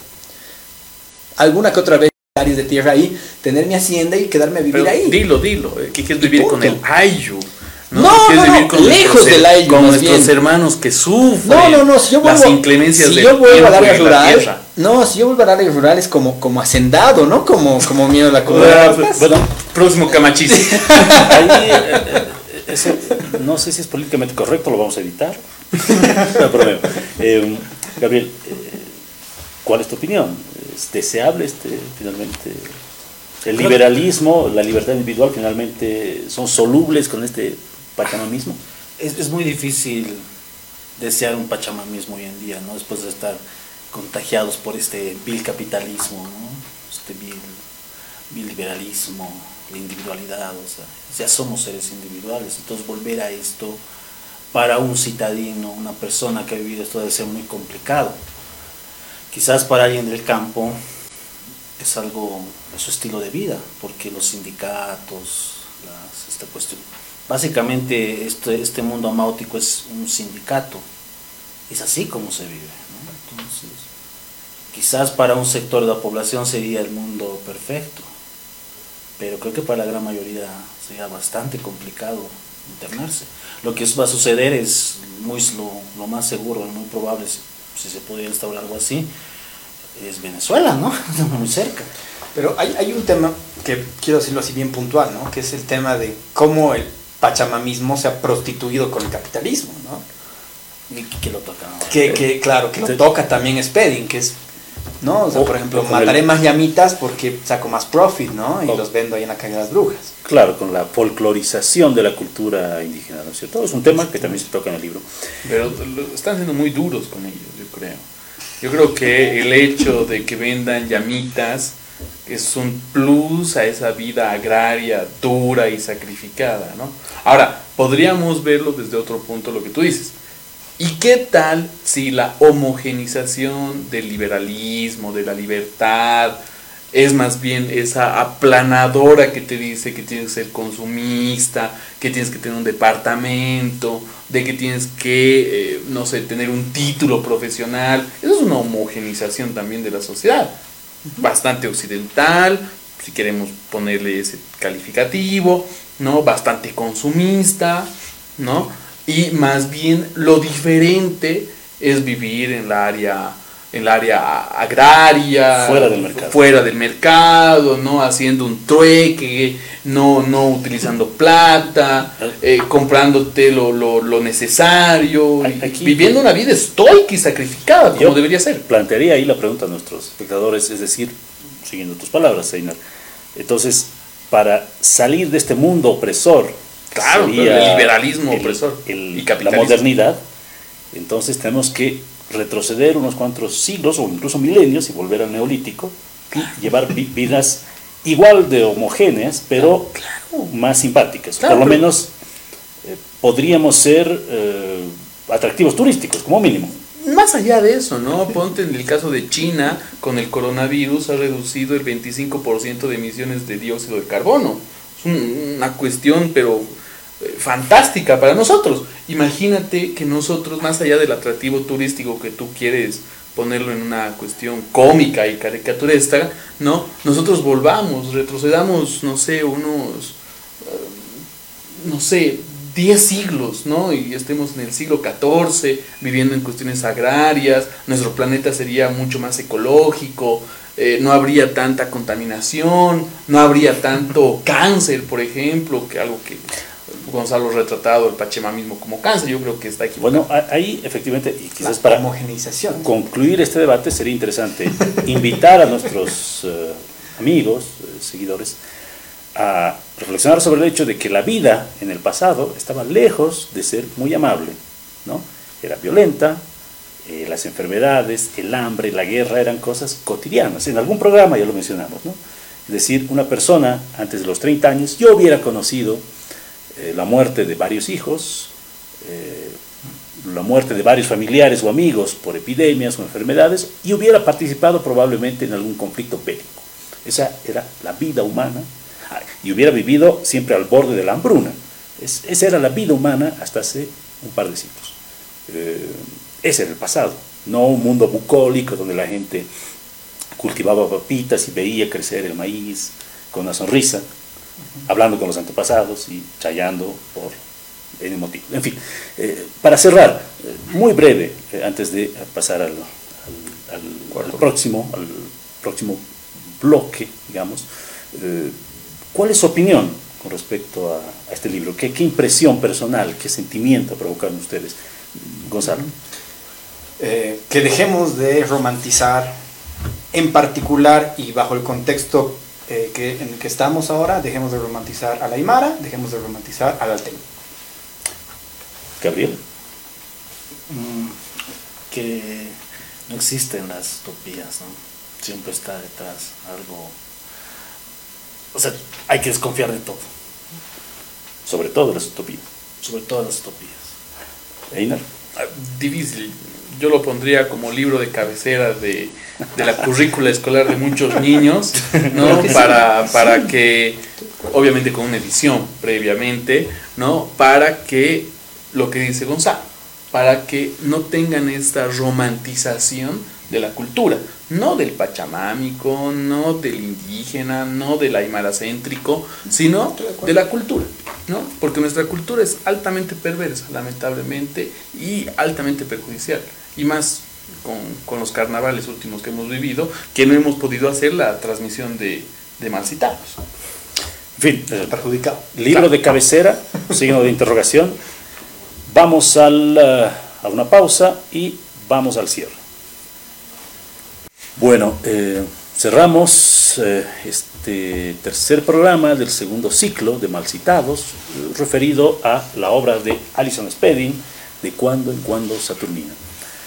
Alguna que otra vez áreas de tierra ahí, tener mi hacienda y quedarme a vivir Pero ahí. Dilo, ¿qué quieres vivir con el ayu? No, ¿Quieres vivir con lejos del ayu, con más nuestros bien. hermanos que sufren No, si yo vuelvo, las inclemencias si del yo vuelvo al tiempo área y la rural, tierra? no, si yo vuelvo al área rural es como hacendado, ¿no? Como miedo a la comunidad. Bueno, Próximo camachista. ahí, eso, no sé si es políticamente correcto, lo vamos a editar. No, bromeo. Gabriel, ¿cuál es tu opinión? ¿Es deseable finalmente el liberalismo, la libertad individual finalmente son solubles con este pachamamismo? Es muy difícil desear un pachamamismo hoy en día, ¿no? Después de estar contagiados por este vil capitalismo, ¿no? Este vil liberalismo, la individualidad, o sea, ya somos seres individuales, entonces volver a esto para un citadino, una persona que ha vivido esto debe ser muy complicado. Quizás para alguien del campo es algo de su estilo de vida, porque los sindicatos, esta cuestión, básicamente este mundo amáutico es un sindicato, es así como se vive, ¿no? Entonces, quizás para un sector de la población sería el mundo perfecto, pero creo que para la gran mayoría sería bastante complicado internarse. Lo que va a suceder es lo más seguro, muy probable, si se podría instaurar algo así, es Venezuela, ¿no? Muy cerca. Pero hay un tema que quiero decirlo así bien puntual, ¿no? Que es el tema de cómo el pachamamismo se ha prostituido con el capitalismo, ¿no? Y que lo toca, ¿no? Claro, que lo toca también Spedding, que es, ¿no? O sea, por ejemplo, mataré más llamitas porque saco más profit, ¿no? Y los vendo ahí en la calle de las brujas. Claro, con la folclorización de la cultura indígena, ¿no es cierto? Es un tema que también se toca en el libro. Pero están siendo muy duros con ellos, yo creo. Yo creo que el hecho de que vendan llamitas es un plus a esa vida agraria dura y sacrificada, ¿no? Ahora, podríamos verlo desde otro punto, lo que tú dices. ¿Y qué tal si la homogenización del liberalismo, de la libertad, es más bien esa aplanadora que te dice que tienes que ser consumista, que tienes que tener un departamento, de que tienes que, no sé, tener un título profesional? Eso es una homogenización también de la sociedad, bastante occidental, si queremos ponerle ese calificativo, ¿no? Bastante consumista, ¿no? Y más bien lo diferente es vivir en la área agraria, fuera del mercado, ¿no? Haciendo un trueque, no utilizando plata, comprándote lo necesario, viviendo una vida estoica y sacrificada, como debería ser. Plantearía ahí la pregunta a nuestros espectadores, es decir, siguiendo tus palabras, Einar, entonces, para salir de este mundo opresor, claro, el liberalismo opresor y capitalismo, la modernidad, entonces tenemos que retroceder unos cuantos siglos o incluso milenios y volver al neolítico y llevar vidas igual de homogéneas, pero más simpáticas. Por lo menos podríamos ser atractivos turísticos, como mínimo. Más allá de eso, ¿no? Ponte en el caso de China, con el coronavirus ha reducido el 25% de emisiones de dióxido de carbono. Es una cuestión, pero fantástica para nosotros. Imagínate que nosotros, más allá del atractivo turístico que tú quieres ponerlo en una cuestión cómica y caricaturesca, ¿no? Nosotros retrocedamos, no sé, 10 siglos, ¿no? Y estemos en el siglo XIV, viviendo en cuestiones agrarias, nuestro planeta sería mucho más ecológico, no habría tanta contaminación, no habría tanto cáncer, por ejemplo, que algo que Gonzalo ha retratado el pachamamismo como cáncer, yo creo que está equivocado. Bueno, ahí efectivamente, y quizás para homogenización, concluir este debate sería interesante invitar a nuestros amigos, seguidores, a reflexionar sobre el hecho de que la vida en el pasado estaba lejos de ser muy amable, ¿no? Era violenta, las enfermedades, el hambre, la guerra eran cosas cotidianas. En algún programa ya lo mencionamos, ¿no? Es decir, una persona antes de los 30 años, yo hubiera conocido la muerte de varios hijos, la muerte de varios familiares o amigos por epidemias o enfermedades, y hubiera participado probablemente en algún conflicto bélico. Esa era la vida humana, y hubiera vivido siempre al borde de la hambruna. Esa era la vida humana hasta hace un par de siglos. ese era el pasado, no un mundo bucólico donde la gente cultivaba papitas y veía crecer el maíz con una sonrisa, hablando con los antepasados y chayando por el motivo. En fin, para cerrar, muy breve, antes de pasar al próximo bloque, digamos, ¿cuál es su opinión con respecto a este libro? ¿Qué impresión personal, qué sentimiento provocaron ustedes? Gonzalo. Que dejemos de romantizar, en particular y bajo el contexto en el que estamos ahora, dejemos de romantizar al aymara, dejemos de romantizar al alteño. Gabriel. Que no existen las utopías, ¿no? Siempre está detrás algo. O sea, hay que desconfiar de todo. Sobre todo las utopías. Sobre todo las utopías. Einar. Difícil. Yo lo pondría como libro de cabecera de la currícula escolar de muchos niños, ¿no? Para que, obviamente con una edición previamente, ¿no? Para que, lo que dice Gonzalo, para que no tengan esta romantización de la cultura, no del pachamámico, no del indígena, no del aymaracéntrico, sino de la cultura, ¿no? Porque nuestra cultura es altamente perversa, lamentablemente, y altamente perjudicial, y más con los carnavales últimos que hemos vivido, que no hemos podido hacer la transmisión de Mal Citados. En fin, Perjudicado. libro de cabecera, signo de interrogación. Vamos a una pausa y vamos al cierre. Bueno, cerramos este tercer programa del segundo ciclo de Mal Citados, referido a la obra de Alison Spedding, De cuando en cuando Saturnina.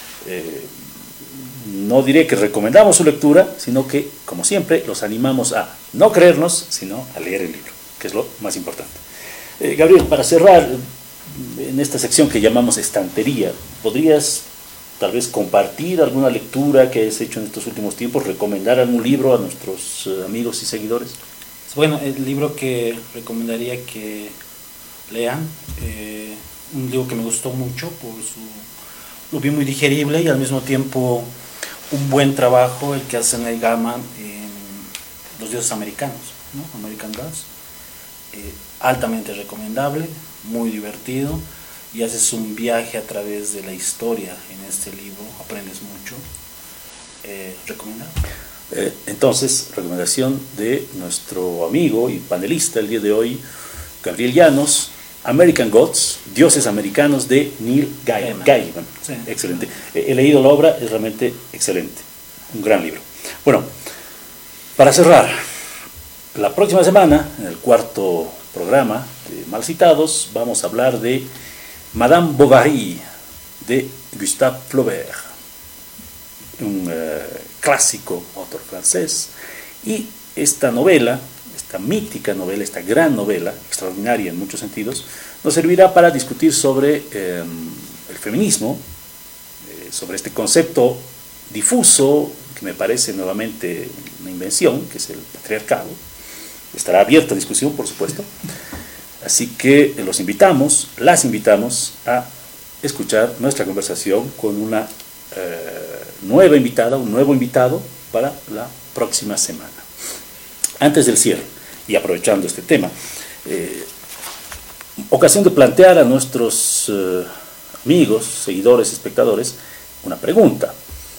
No diré que recomendamos su lectura, sino que, como siempre, los animamos a no creernos, sino a leer el libro, que es lo más importante. Gabriel, para cerrar en esta sección que llamamos estantería, ¿podrías tal vez compartir alguna lectura que has hecho en estos últimos tiempos, recomendar algún libro a nuestros amigos y seguidores? Bueno, el libro que recomendaría que lean, un libro que me gustó mucho, lo vi muy digerible y al mismo tiempo un buen trabajo el que hace Neil Gaiman en Los dioses americanos, ¿no? American Gods. Altamente recomendable, muy divertido, y haces un viaje a través de la historia en este libro, aprendes mucho. Recomendado. Entonces, recomendación de nuestro amigo y panelista el día de hoy, Gabriel Llanos, American Gods, Dioses Americanos, de Neil Gaiman. Sí. Excelente. He leído la obra, es realmente excelente. Un gran libro. Bueno, para cerrar, la próxima semana, en el cuarto programa de Mal Citados, vamos a hablar de Madame Bovary, de Gustave Flaubert, un clásico autor francés. Y esta novela, esta mítica novela, esta gran novela, extraordinaria en muchos sentidos, nos servirá para discutir sobre el feminismo, sobre este concepto difuso, que me parece nuevamente una invención, que es el patriarcado. Estará abierta a discusión, por supuesto. Así que las invitamos a escuchar nuestra conversación con una nueva invitada, un nuevo invitado para la próxima semana. Antes del cierre, y aprovechando este tema, ocasión de plantear a nuestros amigos, seguidores, espectadores, una pregunta.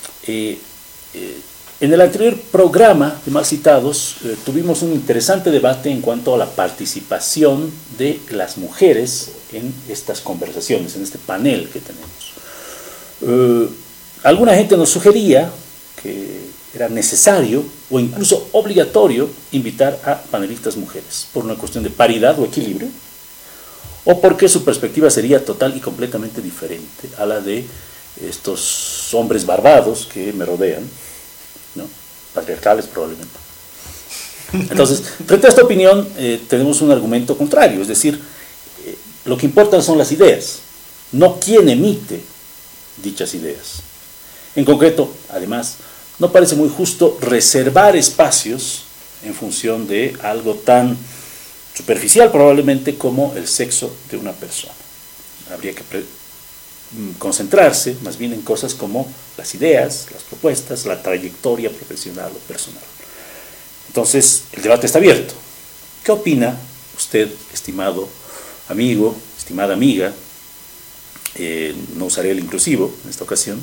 En el anterior programa de Mal Citados tuvimos un interesante debate en cuanto a la participación de las mujeres en estas conversaciones, en este panel que tenemos. Alguna gente nos sugería que era necesario o incluso obligatorio invitar a panelistas mujeres por una cuestión de paridad o equilibrio, o porque su perspectiva sería total y completamente diferente a la de estos hombres barbados que me rodean, ¿no? Patriarcales probablemente. Entonces, frente a esta opinión tenemos un argumento contrario, es decir, lo que importan son las ideas, no quién emite dichas ideas. En concreto, además, no parece muy justo reservar espacios en función de algo tan superficial probablemente como el sexo de una persona. Habría que concentrarse más bien en cosas como las ideas, las propuestas, la trayectoria profesional o personal. Entonces, el debate está abierto. ¿Qué opina usted, estimado amigo, estimada amiga? No usaré el inclusivo en esta ocasión.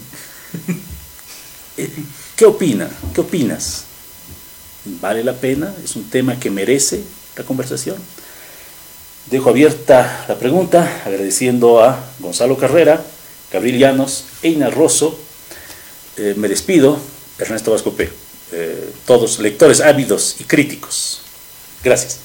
¿Qué opina? ¿Qué opinas? ¿Vale la pena? ¿Es un tema que merece la conversación? Dejo abierta la pregunta, agradeciendo a Gonzalo Carrera, Gabriel Llanos, Einar Rosso. Me despido, Ernesto Vascopé. Todos lectores ávidos y críticos. Gracias.